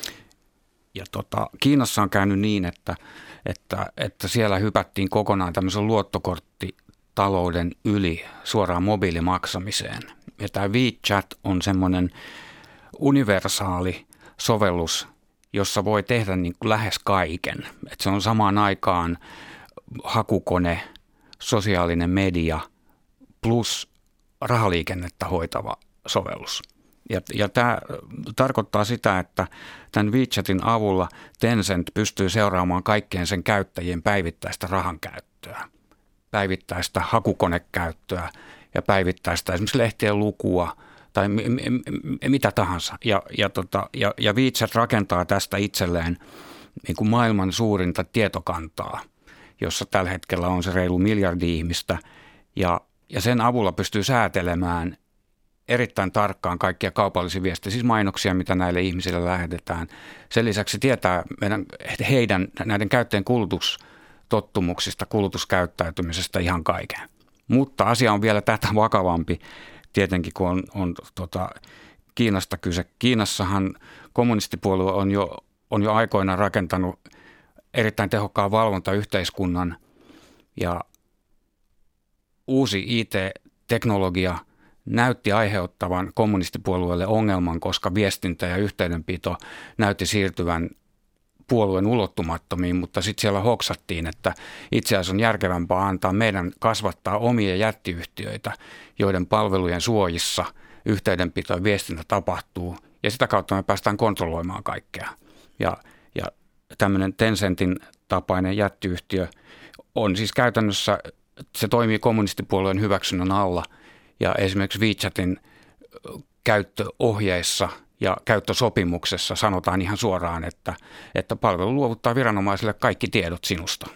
Ja tota, Kiinassa on käynyt niin, että, että, että siellä hypättiin kokonaan tämmöisen luottokorttitalouden yli suoraan mobiilimaksamiseen. Ja tämä WeChat on semmoinen universaali sovellus, jossa voi tehdä niin kuin lähes kaiken. Et se on samaan aikaan hakukone, sosiaalinen media plus rahaliikennettä hoitava sovellus. Ja, ja tämä tarkoittaa sitä, että tämän WeChatin avulla Tencent pystyy seuraamaan kaikkien sen käyttäjien päivittäistä rahankäyttöä, päivittäistä hakukonekäyttöä ja päivittäistä esimerkiksi lehtien lukua tai m- m- mitä tahansa. Ja, ja, tota, ja, ja WeChat rakentaa tästä itselleen niin kuin maailman suurinta tietokantaa, jossa tällä hetkellä on se reilu miljardi ihmistä ja, ja sen avulla pystyy säätelemään erittäin tarkkaan kaikkia kaupallisia viestejä, siis mainoksia, mitä näille ihmisille lähetetään. Sen lisäksi tietää meidän, heidän näiden käyttäjien kulutustottumuksista, kulutuskäyttäytymisestä ihan kaiken. Mutta asia on vielä tätä vakavampi, tietenkin kun on, on tota, Kiinasta kyse. Kiinassahan kommunistipuolue on jo, on jo aikoinaan rakentanut erittäin tehokkaan valvontayhteiskunnan ja uusi I T-teknologia näytti aiheuttavan kommunistipuolueelle ongelman, koska viestintä ja yhteydenpito näytti siirtyvän puolueen ulottumattomiin, mutta sitten siellä hoksattiin, että itse asiassa on järkevämpää antaa meidän kasvattaa omia jättiyhtiöitä, joiden palvelujen suojissa yhteydenpito ja viestintä tapahtuu, ja sitä kautta me päästään kontrolloimaan kaikkea. Ja, ja tämmöinen Tencentin tapainen jättiyhtiö on siis käytännössä, se toimii kommunistipuolueen hyväksynnän alla, ja esimerkiksi WeChatin käyttöohjeissa ja käyttösopimuksessa sanotaan ihan suoraan, että, että palvelu luovuttaa viranomaisille kaikki tiedot sinusta.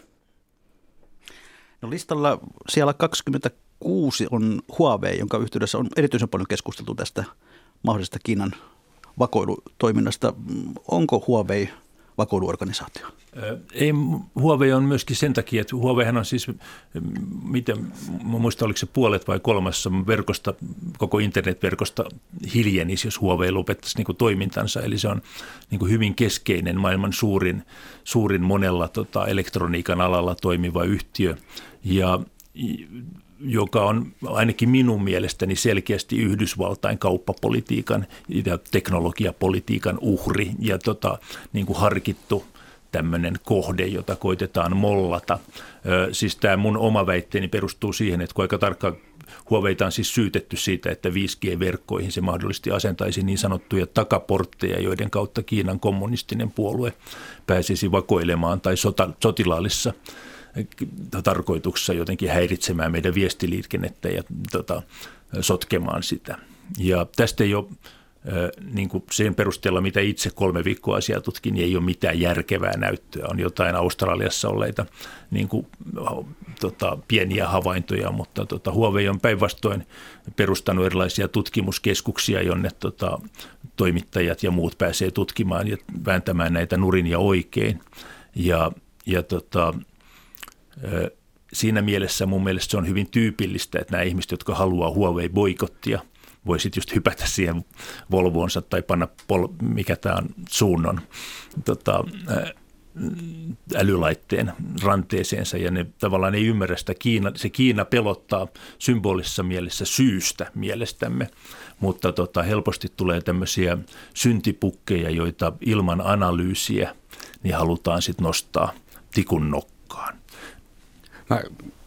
No listalla siellä kaksikymmentäkuusi on Huawei, jonka yhteydessä on erityisen paljon keskusteltu tästä mahdollisesta Kiinan vakoilutoiminnasta. Onko Huawei vakoiluorganisaatio? Ei, Huawei on myöskin sen takia, että Huaweihan on siis, miten, muista oliko se puolet vai kolmassa verkosta, koko internetverkosta hiljenisi, jos Huawei lopettaisi niin kuin toimintansa. Eli se on niin kuin hyvin keskeinen, maailman suurin, suurin monella tota, elektroniikan alalla toimiva yhtiö, ja joka on ainakin minun mielestäni selkeästi Yhdysvaltain kauppapolitiikan ja teknologiapolitiikan uhri ja tota, niin kuin harkittu tämmöinen kohde, jota koitetaan mollata. Ö, siis tämä mun oma väitteeni perustuu siihen, että kun aika tarkkaan Huaweita on siis syytetty siitä, että viisi G-verkkoihin se mahdollisesti asentaisi niin sanottuja takaportteja, joiden kautta Kiinan kommunistinen puolue pääsisi vakoilemaan tai sota, sotilaallisessa tarkoituksessa jotenkin häiritsemään meidän viestiliikennettä ja tota, sotkemaan sitä. Ja tästä ei ole, niin kuin sen perusteella, mitä itse kolme viikkoa asiaa tutkin, niin ei ole mitään järkevää näyttöä. On jotain Australiassa olleita niin kuin, tota, pieniä havaintoja, mutta tota, Huawei on päinvastoin perustanut erilaisia tutkimuskeskuksia, jonne tota, toimittajat ja muut pääsee tutkimaan ja vääntämään näitä nurin ja oikein. Ja, ja tota, siinä mielessä mun mielestä se on hyvin tyypillistä, että nämä ihmiset, jotka haluaa Huawei-boikottia, voi sitten just hypätä siihen Volvoonsa tai panna, pol, mikä tämä on, suunnon tota, älylaitteen ranteeseensa, ja ne tavallaan ei ymmärrä sitä Kiina, se Kiina pelottaa symbolisessa mielessä syystä mielestämme, mutta tota, helposti tulee tämmöisiä syntipukkeja, joita ilman analyysiä niin halutaan sitten nostaa tikun nokkaan. Mä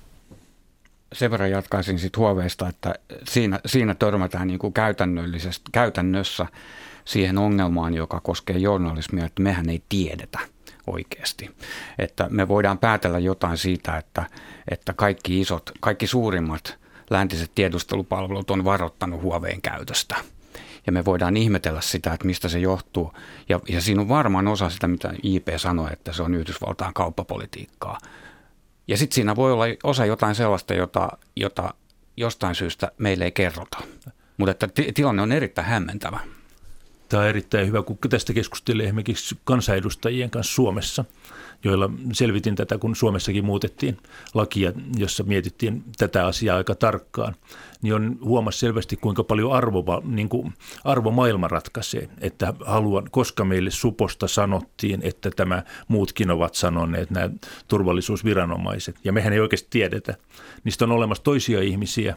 sen verran jatkaisin sitten Huaweista, että siinä, siinä törmätään niin kuin käytännöllisesti, käytännössä siihen ongelmaan, joka koskee journalismia, että mehän ei tiedetä oikeasti. Että me voidaan päätellä jotain siitä, että, että kaikki isot, kaikki suurimmat läntiset tiedustelupalvelut on varoittanut Huawein käytöstä. Ja me voidaan ihmetellä sitä, että mistä se johtuu. Ja, ja siinä on varmaan osa sitä, mitä I P sanoi, että se on Yhdysvaltain kauppapolitiikkaa. Ja sitten siinä voi olla osa jotain sellaista, jota, jota jostain syystä meille ei kerrota. Mutta että t- tilanne on erittäin hämmentävä. Tämä on erittäin hyvä, kun tästä keskustelee esimerkiksi kansanedustajien kanssa Suomessa, joilla selvitin tätä, kun Suomessakin muutettiin lakia, jossa mietittiin tätä asiaa aika tarkkaan, niin on huomasi selvästi, kuinka paljon arvo, niin kuin arvomaailma ratkaisee, että haluan, koska meille suposta sanottiin, että tämä muutkin ovat sanoneet, nämä turvallisuusviranomaiset, ja mehän ei oikeasti tiedetä. Niistä on olemassa toisia ihmisiä,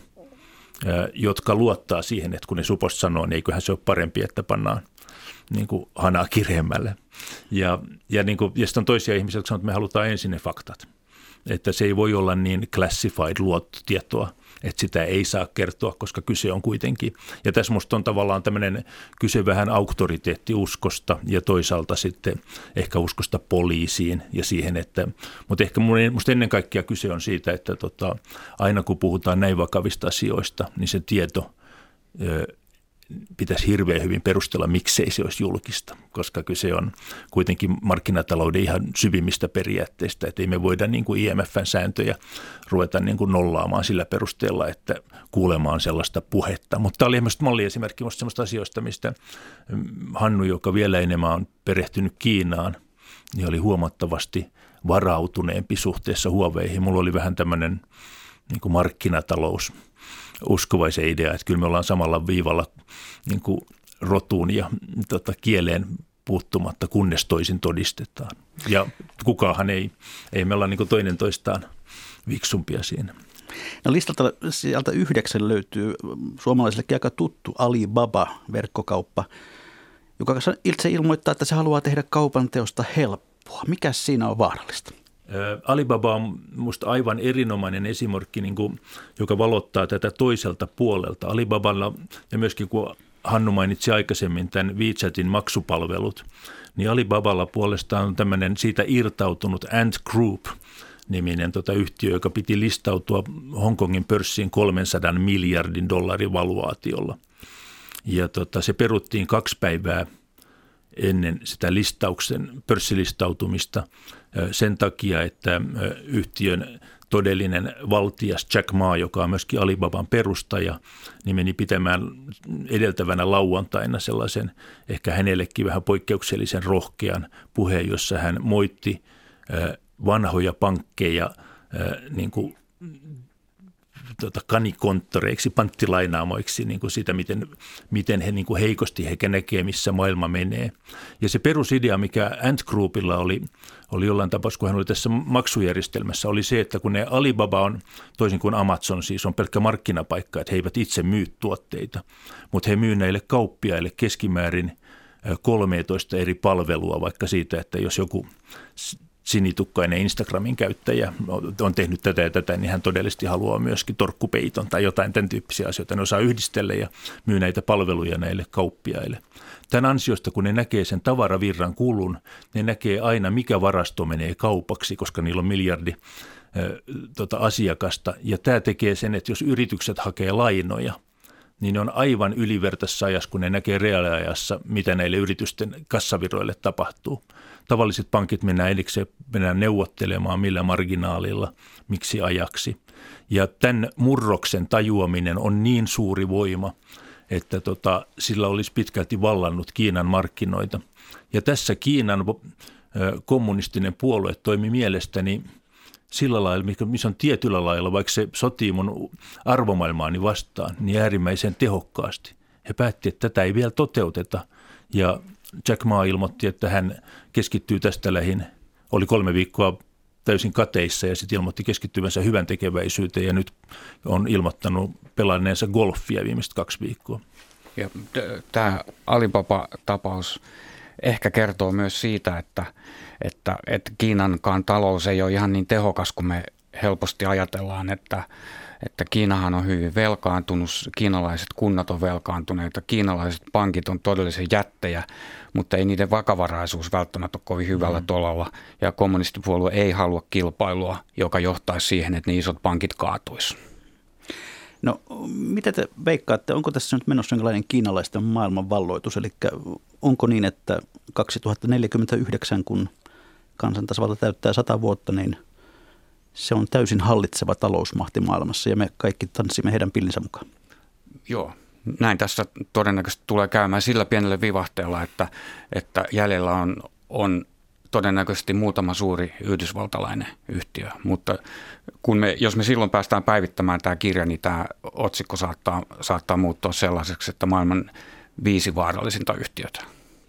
jotka luottaa siihen, että kun ne suposta sanoo, niin eiköhän se ole parempi, että pannaan niin kuin hanaa kireemmälle. Ja, ja, niin kuin, ja sitten on toisia ihmisiä, jotka sanoo, että me halutaan ensin ne faktat. Että se ei voi olla niin classified luottotietoa, että sitä ei saa kertoa, koska kyse on kuitenkin. Ja tässä musta on tavallaan tämmöinen kyse vähän auktoriteettiuskosta ja toisaalta sitten ehkä uskosta poliisiin ja siihen, että, mutta ehkä musta ennen kaikkea kyse on siitä, että tota, aina kun puhutaan näin vakavista asioista, niin se tieto ö, pitäisi hirveän hyvin perustella, miksei se olisi julkista, koska kyse on kuitenkin markkinatalouden ihan syvimmistä periaatteista, että ei me voida niin kuin I M F:n sääntöjä ruveta niin kuin nollaamaan sillä perusteella, että kuulemaan sellaista puhetta. Mutta tämä oli myös malliesimerkki musta sellaista asioista, mistä Hannu, joka vielä enemmän on perehtynyt Kiinaan, niin oli huomattavasti varautuneempi suhteessa Huaweihin. Mulla oli vähän tämmöinen niin kuin markkinatalous uskovaisen idea, että kyllä me ollaan samalla viivalla niin kuin rotuun ja tota, kieleen puuttumatta, kunnes toisin todistetaan. Ja kukaanhan ei, ei me olla niin kuin toinen toistaan viksumpia siinä. No listalta sieltä yhdeksän löytyy suomalaisillekin aika tuttu Alibaba-verkkokauppa, joka itse ilmoittaa, että se haluaa tehdä kaupan teosta helppoa. loppua. Mikä siinä on vaarallista? Alibaba on musta aivan erinomainen esimerkki, niin kuin, joka valottaa tätä toiselta puolelta. Alibaballa, ja myöskin kun Hannu mainitsi aikaisemmin tämän WeChatin maksupalvelut, niin Alibaballa puolestaan on tämmöinen siitä irtautunut Ant Group-niminen tota yhtiö, joka piti listautua Hongkongin pörssiin kolmensadan miljardin dollarin valuaatiolla. Ja tota, se peruttiin kaksi päivää ennen sitä listauksen pörssilistautumista sen takia, että yhtiön todellinen valtias Jack Ma, joka on myöskin Alibaban perustaja, niin meni pitämään edeltävänä lauantaina sellaisen ehkä hänellekin vähän poikkeuksellisen rohkean puheen, jossa hän moitti vanhoja pankkeja niin kuin Tota, kanikonttoreiksi, panttilainaamoiksi, niin kuin sitä, miten, miten he niin kuin heikosti he näkee, missä maailma menee. Ja se perusidea, mikä Ant Groupilla oli, oli jollain tapaa, kun hän oli tässä maksujärjestelmässä, oli se, että kun ne Alibaba on, toisin kuin Amazon, siis on pelkkä markkinapaikka, että he eivät itse myy tuotteita, mutta he myy näille kauppiaille keskimäärin kolmetoista eri palvelua, vaikka siitä, että jos joku sinitukkainen Instagramin käyttäjä on tehnyt tätä ja tätä, niin hän todellisesti haluaa myöskin torkkupeiton tai jotain tämän tyyppisiä asioita. Ne osaa yhdistellä ja myy näitä palveluja näille kauppiaille. Tämän ansiosta, kun ne näkee sen tavaravirran kulun, ne näkee aina, mikä varasto menee kaupaksi, koska niillä on miljardi äh, tota, asiakasta. Ja tämä tekee sen, että jos yritykset hakee lainoja, niin ne on aivan ylivertaisessa ajassa, kun ne näkee reaaliajassa, mitä näille yritysten kassaviroille tapahtuu. Tavalliset pankit mennään edikseen, mennään neuvottelemaan millä marginaalilla, miksi ajaksi. Ja tämän murroksen tajuaminen on niin suuri voima, että tota, sillä olisi pitkälti vallannut Kiinan markkinoita. Ja tässä Kiinan kommunistinen puolue toimi mielestäni sillä lailla, missä on tietyllä lailla, vaikka se sotii mun arvomaailmaani vastaan, niin äärimmäisen tehokkaasti. He päätti, että tätä ei vielä toteuteta, ja Jack Ma ilmoitti, että hän keskittyy tästä lähin, oli kolme viikkoa täysin kateissa ja sitten ilmoitti keskittyvänsä hyvän tekeväisyyteen ja nyt on ilmoittanut pelanneensa golfia viimeiset kaksi viikkoa. Ja t- tämä Alibaba-tapaus ehkä kertoo myös siitä, että, että, että Kiinankaan talous ei ole ihan niin tehokas kuin me helposti ajatellaan, että että Kiinahan on hyvin velkaantunut, kiinalaiset kunnat on velkaantuneita, kiinalaiset pankit on todellisia jättejä, mutta ei niiden vakavaraisuus välttämättä ole kovin hyvällä tolalla. Ja kommunistipuolue ei halua kilpailua, joka johtaisi siihen, että ne isot pankit kaatuisi. No, mitä te veikkaatte, onko tässä nyt menossa jonkinlainen kiinalaisten maailmanvalloitus? Eli onko niin, että kaksituhattaneljäkymmentäyhdeksän, kun kansantasavalta täyttää sata vuotta, niin se on täysin hallitseva talousmahti maailmassa ja me kaikki tanssimme heidän pillinsä mukaan? Joo, näin tässä todennäköisesti tulee käymään sillä pienellä vivahteella, että, että jäljellä on, on todennäköisesti muutama suuri yhdysvaltalainen yhtiö. Mutta kun me, jos me silloin päästään päivittämään tämä kirja, niin tämä otsikko saattaa, saattaa muuttua sellaiseksi, että maailman viisi vaarallisinta yhtiötä.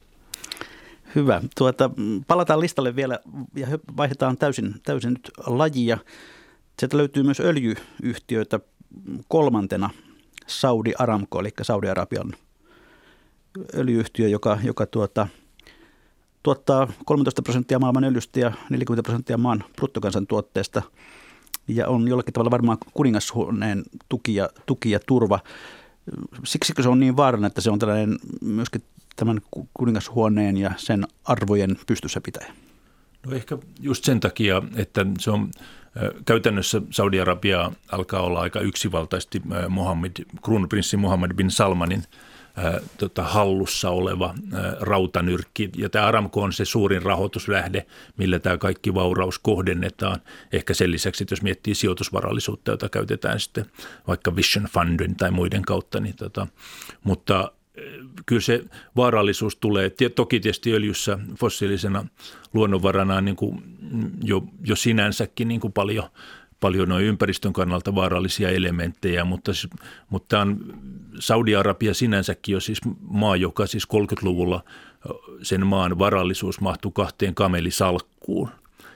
Hyvä. Tuota, palataan listalle vielä ja vaihdetaan täysin, täysin nyt lajia. Sieltä löytyy myös öljyyhtiöitä kolmantena Saudi Aramco, eli Saudi-Arabian öljyyhtiö, joka, joka tuota, tuottaa kolmetoista prosenttia maailman öljystä ja neljäkymmentä prosenttia maan bruttokansantuotteesta ja on jollakin tavalla varmaan kuningashuoneen tuki ja, tuki ja turva. Siksikö se on niin vaarallinen, että se on tällainen myöskin tämän kuningashuoneen ja sen arvojen pystyssä pitäjä? No ehkä just sen takia, että se on käytännössä Saudi-Arabia alkaa olla aika yksivaltaisesti Mohammed, kruununprinssi Mohammed bin Salmanin ää, tota, hallussa oleva ää, rautanyrkki. Ja tämä Aramco on se suurin rahoituslähde, millä tämä kaikki vauraus kohdennetaan. Ehkä sen lisäksi, että jos miettii sijoitusvarallisuutta, jota käytetään sitten vaikka Vision Fundin tai muiden kautta. Niin tota, mutta kyllä se vaarallisuus tulee, toki tietysti öljyssä fossiilisena luonnonvarana niin kuin jo, jo sinänsäkin niin kuin paljon, paljon noin ympäristön kannalta vaarallisia elementtejä, mutta, mutta on Saudi-Arabia sinänsäkin jo siis maa, joka siis kolmekymmentäluvulla sen maan varallisuus mahtui kahteen kamelisalkkuun.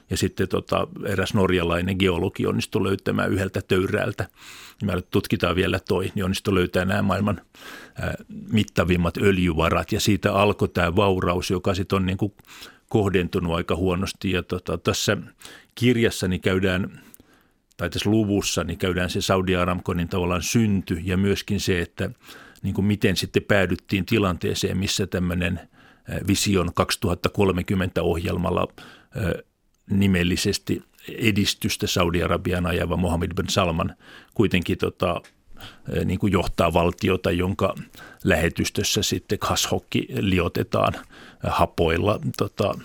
Ja sitten tota, eräs norjalainen geologi onnistui löytämään yhdeltä töyräältä, me tutkitaan vielä toi, niin onnistui löytää nämä maailman ää, mittavimmat öljyvarat. Ja siitä alkoi tämä vauraus, joka sitten on niin kuin kohdentunut aika huonosti. Ja tota, tässä kirjassani käydään, tai tässä luvussa, niin käydään se Saudi Aramconin tavallaan synty ja myöskin se, että niin kuin miten sitten päädyttiin tilanteeseen, missä tämmöinen Vision kaksituhattakolmekymmentä-ohjelmalla nimellisesti edistystä Saudi-Arabian ajava Mohammed bin Salman kuitenkin tota, niin kuin johtaa valtiota, jonka lähetystössä sitten Khashoggi liotetaan hapoilla tota,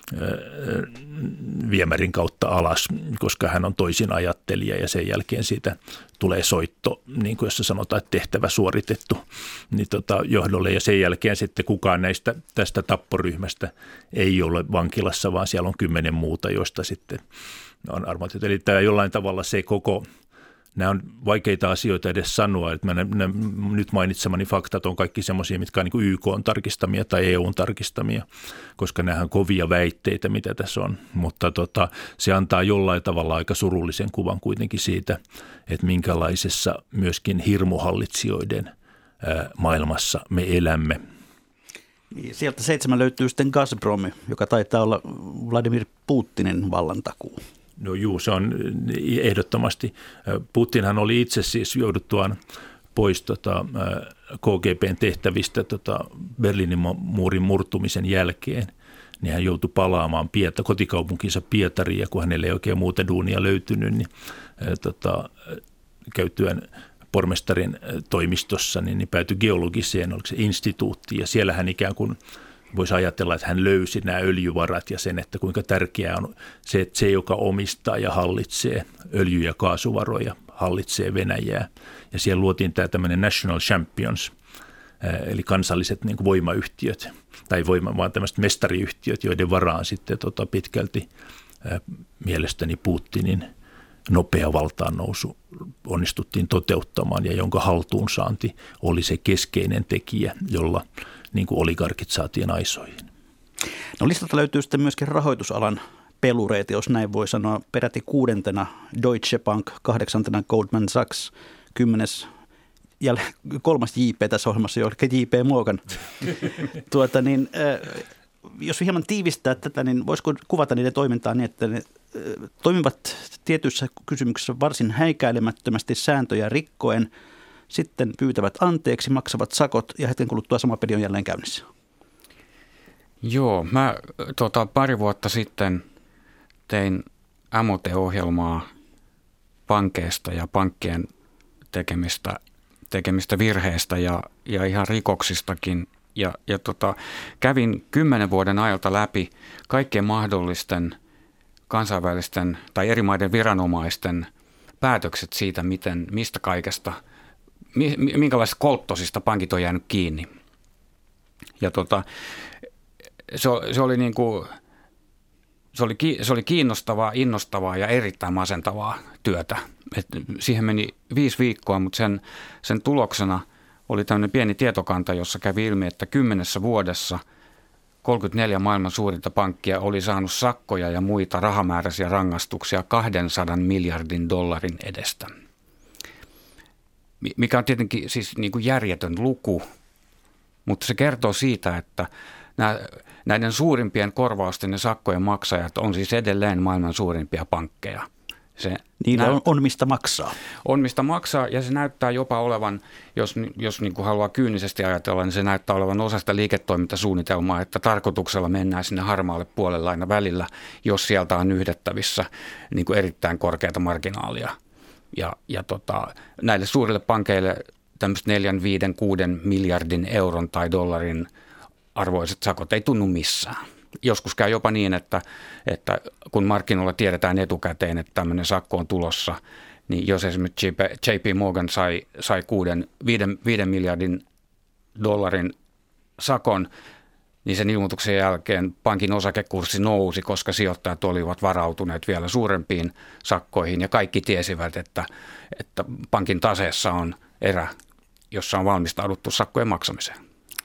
viemärin kautta alas, koska hän on toisin ajattelija ja sen jälkeen siitä tulee soitto, niin kuin jossa sanotaan, että tehtävä suoritettu niin tota, johdolle ja sen jälkeen sitten kukaan näistä tästä tapporyhmästä ei ole vankilassa, vaan siellä on kymmenen muuta, joista sitten on armoitettu. Eli tämä jollain tavalla se koko nämä on vaikeita asioita edes sanoa, että mä nä, nä, nyt mainitsemani faktat on kaikki semmoisia, mitkä on niin kuin Y K:n tarkistamia tai E U:n tarkistamia, koska nämä on kovia väitteitä, mitä tässä on, mutta tota, se antaa jollain tavalla aika surullisen kuvan kuitenkin siitä, että minkälaisessa myöskin hirmuhallitsijoiden ää, maailmassa me elämme. Sieltä seitsemän löytyy sitten Gazprom, joka taitaa olla Vladimir Putinin vallantakuu. No juu, se on ehdottomasti. Putinhan oli itse siis jouduttuaan pois tota, K G B:n tehtävistä tota, Berliinin muurin murtumisen jälkeen, niin hän joutui palaamaan Pieta, kotikaupunkinsa Pietariin, ja kun hänelle ei oikein muuta duunia löytynyt, niin ää, tota, käytyään pormestarin toimistossa, niin, niin päätyi geologiseen, oliko se instituuttiin, ja siellä hän ikään kuin voisi ajatella, että hän löysi nämä öljyvarat ja sen, että kuinka tärkeää on se, että se, joka omistaa ja hallitsee öljy- ja kaasuvaroja, hallitsee Venäjää. Ja siellä luotiin tämä tämmöinen National Champions, eli kansalliset niin kuin voimayhtiöt, tai voima, vaan tämmöiset mestariyhtiöt, joiden varaan sitten tota, pitkälti ää, mielestäni Putinin nopea valtaan nousu onnistuttiin toteuttamaan ja jonka haltuunsaanti oli se keskeinen tekijä, jolla niin kuin oligarkit saatiin aisoihin. No listalta löytyy sitten myöskin rahoitusalan pelureita, jos näin voi sanoa. Peräti kuudentena Deutsche Bank, kahdeksantena Goldman Sachs, kymmenes ja kolmas J P tässä ohjelmassa, eli J P Morgan. tuota, niin, äh, jos hieman tiivistää tätä, niin voisiko kuvata niiden toimintaa niin, että ne äh, toimivat tietyissä kysymyksissä varsin häikäilemättömästi sääntöjä rikkoen, sitten pyytävät anteeksi, maksavat sakot ja hetken kuluttua sama peli on jälleen käynnissä. Joo, mä tota, pari vuotta sitten tein M O T-ohjelmaa pankeista ja pankkien tekemistä, tekemistä virheistä ja, ja ihan rikoksistakin. Ja, ja tota, kävin kymmenen vuoden ajalta läpi kaikkien mahdollisten kansainvälisten tai eri maiden viranomaisten päätökset siitä, miten, mistä kaikesta, minkälaisista kolttosista pankit on jäänyt kiinni. Ja tota, se, se, oli niin kuin, se, oli, se oli kiinnostavaa, innostavaa ja erittäin masentavaa työtä. Et siihen meni viisi viikkoa, mutta sen, sen tuloksena oli tämmöinen pieni tietokanta, jossa kävi ilmi, että kymmenessä vuodessa kolmekymmentäneljä maailman suurinta pankkia oli saanut sakkoja ja muita rahamääräisiä rangaistuksia kahdensadan miljardin dollarin edestä. Mikä on tietenkin siis niin kuin järjetön luku, mutta se kertoo siitä, että nämä, näiden suurimpien korvausten ja sakkojen maksajat on siis edelleen maailman suurimpia pankkeja. Se Niillä näyt- on, on mistä maksaa. On mistä maksaa ja se näyttää jopa olevan, jos, jos niin kuin haluaa kyynisesti ajatella, niin se näyttää olevan osa sitä liiketoimintasuunnitelmaa, että tarkoituksella mennään sinne harmaalle puolelle aina välillä, jos sieltä on yhdettävissä niin kuin erittäin korkeata marginaalia. Ja, ja tota, näille suurille pankeille tämmöiset neljän, viiden, kuuden miljardin euron tai dollarin arvoiset sakot ei tunnu missään. Joskus käy jopa niin, että, että kun markkinoilla tiedetään etukäteen, että tämmöinen sakko on tulossa, niin jos esimerkiksi J P Morgan sai, sai kuuden, viiden, viiden miljardin dollarin sakon, niin sen ilmoituksen jälkeen pankin osakekurssi nousi, koska sijoittajat olivat varautuneet vielä suurempiin sakkoihin ja kaikki tiesivät, että, että pankin taseessa on erä, jossa on valmistauduttu sakkojen maksamiseen.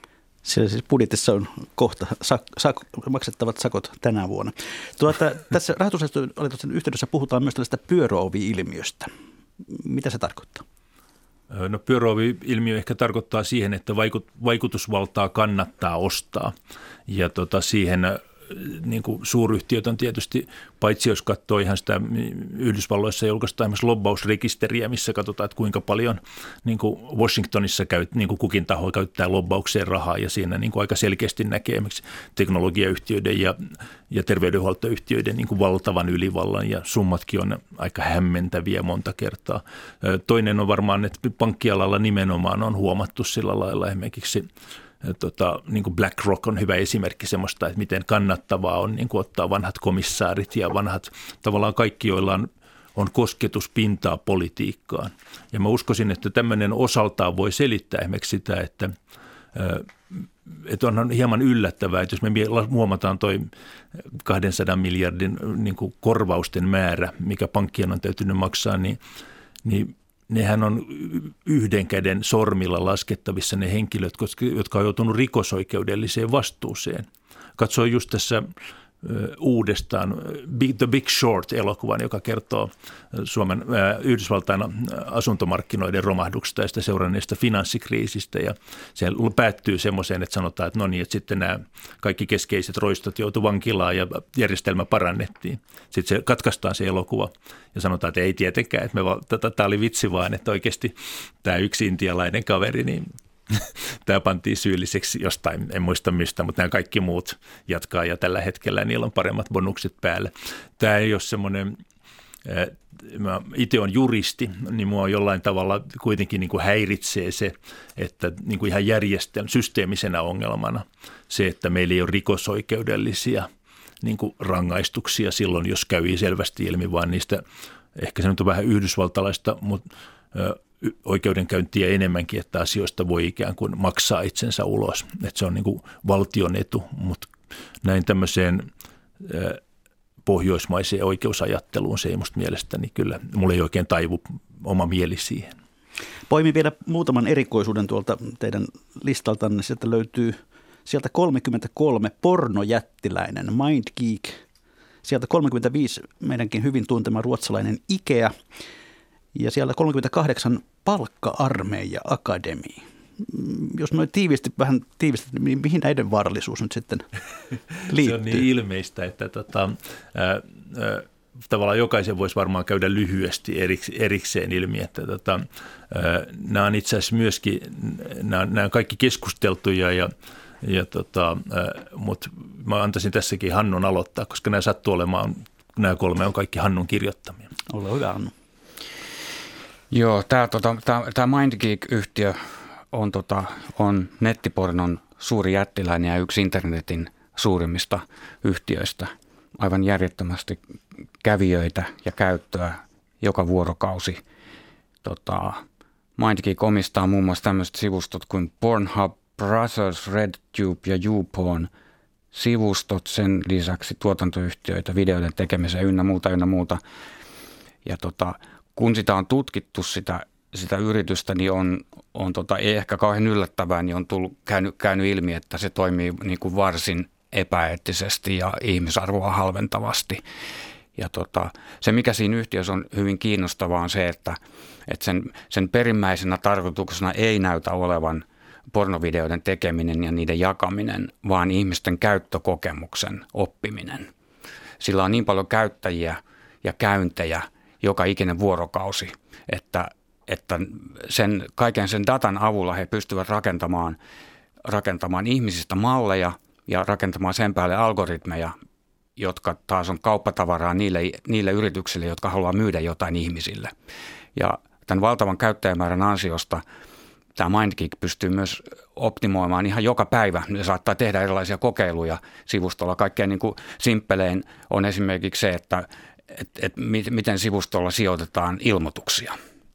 Siellä siis budjetissa on kohta sak, sak, maksettavat sakot tänä vuonna. Tuota, tässä rahoituslaitoksen yhteydessä puhutaan myös tällaista pyöröovi-ilmiöstä. Mitä se tarkoittaa? No pyöröovi-ilmiö ehkä tarkoittaa siihen, että vaikutusvaltaa kannattaa ostaa ja tota, siihen niin kuin suuryhtiöt on tietysti, paitsi jos katsoo ihan sitä Yhdysvalloissa julkaistaan esimerkiksi lobbausrekisteriä, missä katsotaan, että kuinka paljon niin kuin Washingtonissa käy, niin kuin kukin taho käyttää lobbaukseen rahaa ja siinä niin kuin aika selkeästi näkee esimerkiksi teknologiayhtiöiden ja, ja terveydenhuoltoyhtiöiden niin kuin valtavan ylivallan ja summatkin on aika hämmentäviä monta kertaa. Toinen on varmaan, että pankkialalla nimenomaan on huomattu sillä lailla esimerkiksi Tota, niin kuin BlackRock on hyvä esimerkki semmoista, että miten kannattavaa on niin kuin ottaa vanhat komissaarit ja vanhat, tavallaan kaikki, joilla on, on kosketuspintaa politiikkaan. Ja mä uskoisin, että tämmöinen osaltaan voi selittää esimerkiksi sitä, että, että onhan hieman yllättävää, että jos me huomataan toi kahdensadan miljardin niin kuin korvausten määrä, mikä pankkien on täytynyt maksaa, niin, niin nehän on yhden käden sormilla laskettavissa ne henkilöt, jotka on joutunut rikosoikeudelliseen vastuuseen. Katsoin just tässä uudestaan The Big Short-elokuvan, joka kertoo Suomen Yhdysvaltain asuntomarkkinoiden romahduksesta ja sitä seuranneesta finanssikriisistä. Ja se päättyy semmoiseen, että sanotaan, että no niin, että sitten nämä kaikki keskeiset roistot joutu vankilaan ja järjestelmä parannettiin. Sitten se katkaistaan se elokuva ja sanotaan, että ei tietenkään, että tämä oli vitsi vaan, että oikeasti tämä yksi intialainen kaveri, niin tämä pantiin syylliseksi jostain, en muista mistä, mutta nämä kaikki muut jatkaa ja tällä hetkellä niillä on paremmat bonukset päällä. Tämä ei ole semmoinen, mä itse olen juristi, niin mua jollain tavalla kuitenkin niin kuin häiritsee se, että niin kuin ihan järjestelmä, systeemisenä ongelmana se, että meillä ei ole rikosoikeudellisia niin kuin rangaistuksia silloin, jos käy selvästi ilmi, vaan niistä ehkä se nyt on vähän yhdysvaltalaista, mutta oikeudenkäyntiä enemmänkin, että asioista voi ikään kuin maksaa itsensä ulos. Että se on niin kuin valtion etu, mutta näin tämmöiseen pohjoismaiseen oikeusajatteluun se ei musta mielestäni kyllä, mulla ei oikein taivu oma mieli siihen. Poimin vielä muutaman erikoisuuden tuolta teidän listaltanne. Sieltä löytyy sieltä kolmekymmentäkolme pornojättiläinen MindGeek, sieltä kolmekymmentäviisi meidänkin hyvin tuntema ruotsalainen IKEA, ja siellä kolmekymmentäkahdeksan palkka-armeija akademi. Jos noin tiivisti, vähän tiivisti, niin mihin näiden vaarallisuus nyt sitten liittyy? Se on niin ilmeistä, että tota, ää, ää, tavallaan jokaisen voisi varmaan käydä lyhyesti erikseen ilmi, että tota, ää, nämä on itse asiassa myöskin, nämä, nämä on kaikki keskusteltuja, ja, ja tota, mutta mä antaisin tässäkin Hannun aloittaa, koska nämä sattuu olemaan, nämä kolme on kaikki Hannun kirjoittamia. Ole hyvä, Hannu. Joo, tämä tota, MindGeek-yhtiö on, tota, on nettipornon suuri jättiläinen ja yksi internetin suurimmista yhtiöistä. Aivan järjettömästi kävijöitä ja käyttöä joka vuorokausi. Tota, MindGeek omistaa muun muassa tämmöiset sivustot kuin Pornhub, Brothers, RedTube ja YouPorn sivustot, sen lisäksi tuotantoyhtiöitä, videoiden tekemiseen ynnä muuta, ynnä muuta. Ja tota, kun sitä on tutkittu sitä, sitä yritystä, niin on, on tota, ei ehkä kauhean yllättävää, niin on tullut, käynyt, käynyt ilmi, että se toimii niin kuin varsin epäeettisesti ja ihmisarvoa halventavasti. Ja tota, se, mikä siinä yhtiössä on hyvin kiinnostavaa, on se, että, että sen, sen perimmäisenä tarkoituksena ei näytä olevan pornovideoiden tekeminen ja niiden jakaminen, vaan ihmisten käyttökokemuksen oppiminen. Sillä on niin paljon käyttäjiä ja käyntejä joka ikinen vuorokausi, että, että sen, kaiken sen datan avulla he pystyvät rakentamaan, rakentamaan ihmisistä malleja ja rakentamaan sen päälle algoritmeja, jotka taas on kauppatavaraa niille, niille yrityksille, jotka haluaa myydä jotain ihmisille. Ja tämän valtavan käyttäjämäärän ansiosta tämä MindGeek pystyy myös optimoimaan ihan joka päivä. Ne saattaa tehdä erilaisia kokeiluja sivustolla. Kaikkein niin kuin simppelein on esimerkiksi se, että et, et miten sivustolla sijoitetaan ilmoituksia.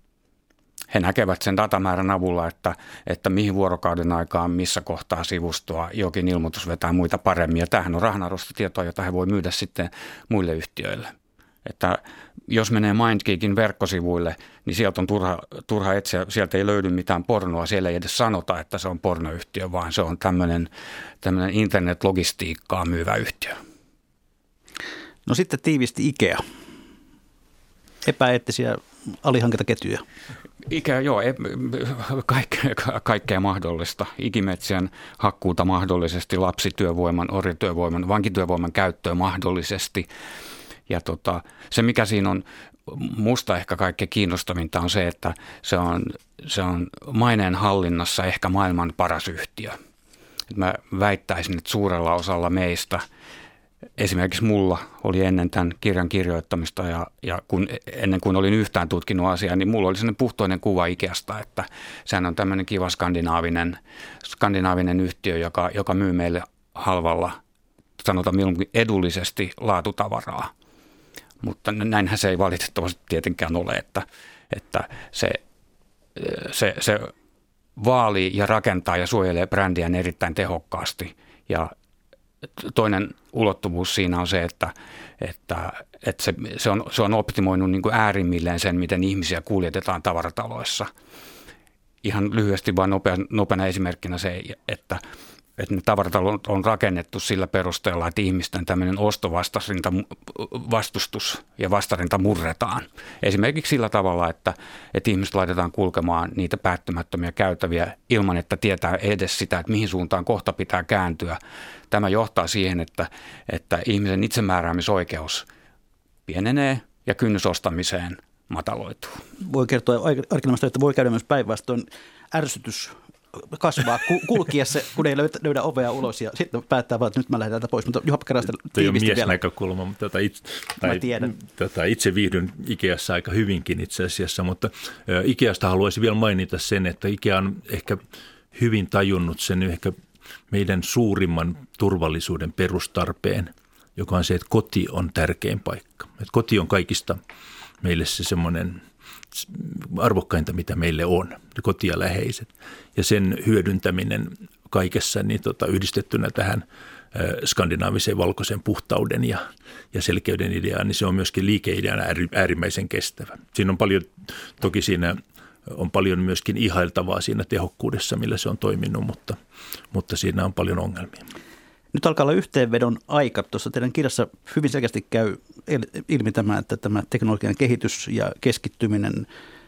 He näkevät sen datamäärän avulla, että, että mihin vuorokauden aikaan, missä kohtaa sivustoa jokin ilmoitus vetää muita paremmin. Ja tämähän on rahanarvoista tietoa, jota he voi myydä sitten muille yhtiöille. Että jos menee MindGeekin verkkosivuille, niin sieltä on turha, turha etsiä, sieltä ei löydy mitään pornoa, siellä ei edes sanota, että se on pornoyhtiö, vaan se on tämmöinen, tämmöinen internetlogistiikkaa myyvä yhtiö. No sitten tiivisti IKEA. Epäeettisiä alihankintaketjuja. Ikea, joo, kaikkea, kaikkea mahdollista. Ikimetsien hakkuuta mahdollisesti, lapsityövoiman, orjatyövoiman, vankityövoiman käyttöä mahdollisesti. Ja tota, se, mikä siinä on musta ehkä kaikkein kiinnostavinta, on se, että se on, se on maineen hallinnassa ehkä maailman paras yhtiö. Et mä väittäisin, että suurella osalla meistä, esimerkiksi mulla oli ennen tämän kirjan kirjoittamista ja, ja kun, ennen kuin olin yhtään tutkinut asiaa, niin mulla oli sellainen puhtoinen kuva Ikeasta, että sehän on tämmöinen kiva skandinaavinen, skandinaavinen yhtiö, joka, joka myy meille halvalla, sanotaan milloin edullisesti laatutavaraa. Mutta näinhän se ei valitettavasti tietenkään ole, että, että se, se, se vaalii ja rakentaa ja suojelee brändiään erittäin tehokkaasti. Ja toinen ulottuvuus siinä on se, että, että, että se, se, on, se on optimoinut niin kuin äärimmilleen sen, miten ihmisiä kuljetetaan tavarataloissa. Ihan lyhyesti vain nopea, nopeana esimerkkinä se, että että ne tavaratalot on rakennettu sillä perusteella, että ihmisten tämmöinen ostovastarinta, vastustus ja vastarinta murretaan. Esimerkiksi sillä tavalla, että, että ihmiset laitetaan kulkemaan niitä päättymättömiä käytäviä ilman, että tietää edes sitä, että mihin suuntaan kohta pitää kääntyä. Tämä johtaa siihen, että, että ihmisen itsemääräämisoikeus pienenee ja kynnys ostamiseen mataloituu. Voi kertoa arkinomasta, että voi käydä myös päinvastoin ärsytys kasvaa kulkiessa, kun ei löydä, löydä ovea ulos ja sitten päättää vaan, että nyt mä lähdetään täältä pois. Mutta Juha Pekkaraista tiivisti vielä. Miesnäkökulma, mutta tota itse, tai, tota itse viihdyn Ikeassa aika hyvinkin itse asiassa, mutta Ikeasta haluaisin vielä mainita sen, että Ikea on ehkä hyvin tajunnut sen ehkä meidän suurimman turvallisuuden perustarpeen, joka on se, että koti on tärkein paikka. Että koti on kaikista meille se semmoinen arvokkainta, mitä meille on, koti ja läheiset. Ja sen hyödyntäminen kaikessa niin tota, yhdistettynä tähän äh, skandinaavisen valkoisen puhtauden ja, ja selkeyden ideaan, niin se on myöskin liikeideana äärimmäisen kestävä. Siinä on paljon, toki siinä on paljon myöskin ihailtavaa siinä tehokkuudessa, millä se on toiminut, mutta, mutta siinä on paljon ongelmia. Nyt alkaa olla yhteenvedon aika. Tuossa teidän kirjassa hyvin selkeästi käy ilmi tämä, että tämä teknologian kehitys ja keskittyminen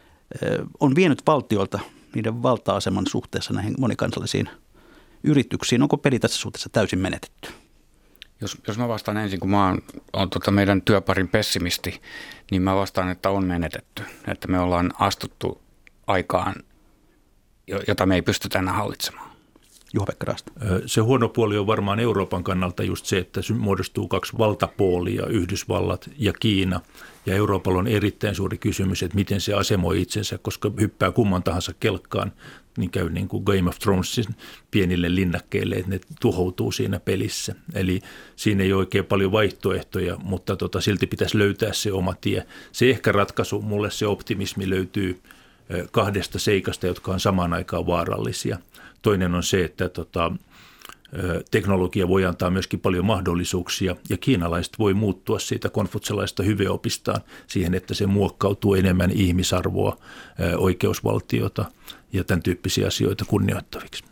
on vienyt valtiolta niiden valta-aseman suhteessa näihin monikansallisiin yrityksiin. Onko peli tässä suhteessa täysin menetetty? Jos, jos mä vastaan ensin, kun mä oon, oon tota meidän työparin pessimisti, niin mä vastaan, että on menetetty. Että me ollaan astuttu aikaan, jota me ei pystytä enää hallitsemaan. Juha Pekkaraista. Se huono puoli on varmaan Euroopan kannalta just se, että muodostuu kaksi valtapoolia, Yhdysvallat ja Kiina. Ja Euroopalla on erittäin suuri kysymys, että miten se asemoi itsensä, koska hyppää kumman tahansa kelkkaan, niin käy niin kuin Game of Thronesin pienille linnakkeille, että ne tuhoutuu siinä pelissä. Eli siinä ei ole oikein paljon vaihtoehtoja, mutta tota, silti pitäisi löytää se oma tie. Se ehkä ratkaisu, mulle se optimismi löytyy kahdesta seikasta, jotka on samaan aikaan vaarallisia. Toinen on se, että tota, teknologia voi antaa myöskin paljon mahdollisuuksia ja kiinalaiset voi muuttua siitä konfutselaista hyveopistaan siihen, että se muokkautuu enemmän ihmisarvoa, oikeusvaltiota ja tämän tyyppisiä asioita kunnioittaviksi.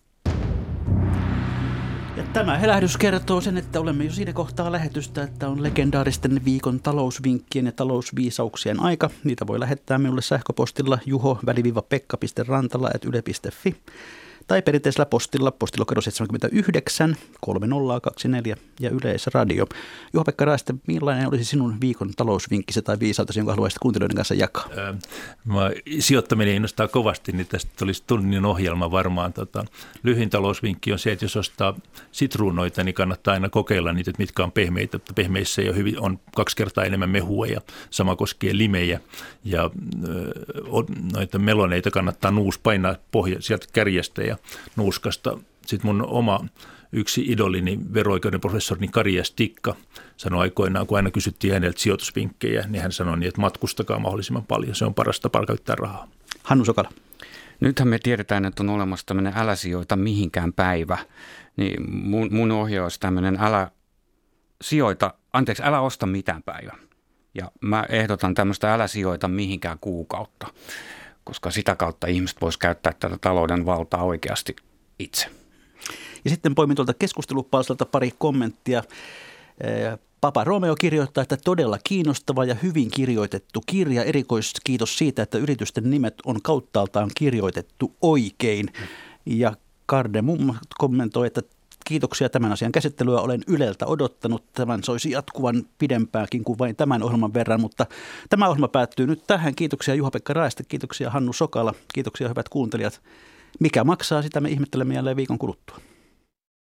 Ja tämä helähdys kertoo sen, että olemme jo siinä kohtaa lähetystä, että on legendaaristen viikon talousvinkkien ja talousviisauksien aika. Niitä voi lähettää minulle sähköpostilla juho-pekka piste rantala ät yle piste fi tai perinteisellä postilla postilokero seitsemänkymmentäyhdeksän kolme nolla kaksi neljä ja Yleisradio. Juha-Pekka Raiste, millainen olisi sinun viikon talousvinkkisi tai viisautasi, jonka haluaisit kuuntelijoiden kanssa jakaa? Ää, mä, sijoittaminen innostaa kovasti, niin tästä tulisi tunnin ohjelma varmaan. Tota, lyhin talousvinkki on se, että jos ostaa sitruunoita, niin kannattaa aina kokeilla niitä, että mitkä on pehmeitä. Pehmeissä jo hyvin, on kaksi kertaa enemmän mehua ja sama koskee limejä. Ja ää, noita meloneita kannattaa nuus painaa pohja, sieltä kärjestä ja nuuskasta. Sitten mun oma yksi idolini, vero-oikeuden professori Kari Stikka, sanoi aikoinaan, kun aina kysyttiin häneltä sijoitusvinkkejä, niin hän sanoi niin, että matkustakaa mahdollisimman paljon. Se on paras tapa käyttää rahaa. Hannu Sokala. Nythän me tiedetään, että on olemassa tämmöinen älä sijoita mihinkään päivä. Niin mun, mun ohje olisi tämmöinen älä sijoita, anteeksi, älä osta mitään päivä. Ja mä ehdotan tämmöistä älä sijoita mihinkään kuukautta, koska sitä kautta ihmiset vois käyttää tätä talouden valtaa oikeasti itse. Ja sitten poimin tuolta keskustelupalstalta pari kommenttia. Papa Romeo kirjoittaa, että todella kiinnostava ja hyvin kirjoitettu kirja. Erikoiskiitos siitä, että yritysten nimet on kauttaaltaan kirjoitettu oikein. Ja Kardemum kommentoi, että kiitoksia tämän asian käsittelyä. Olen Yleltä odottanut. Tämän soisi jatkuvan pidempääkin kuin vain tämän ohjelman verran, mutta tämä ohjelma päättyy nyt tähän. Kiitoksia Juha-Pekka Raiste, kiitoksia Hannu Sokala, kiitoksia hyvät kuuntelijat. Mikä maksaa, sitä me ihmettelemme jälleen viikon kuluttua.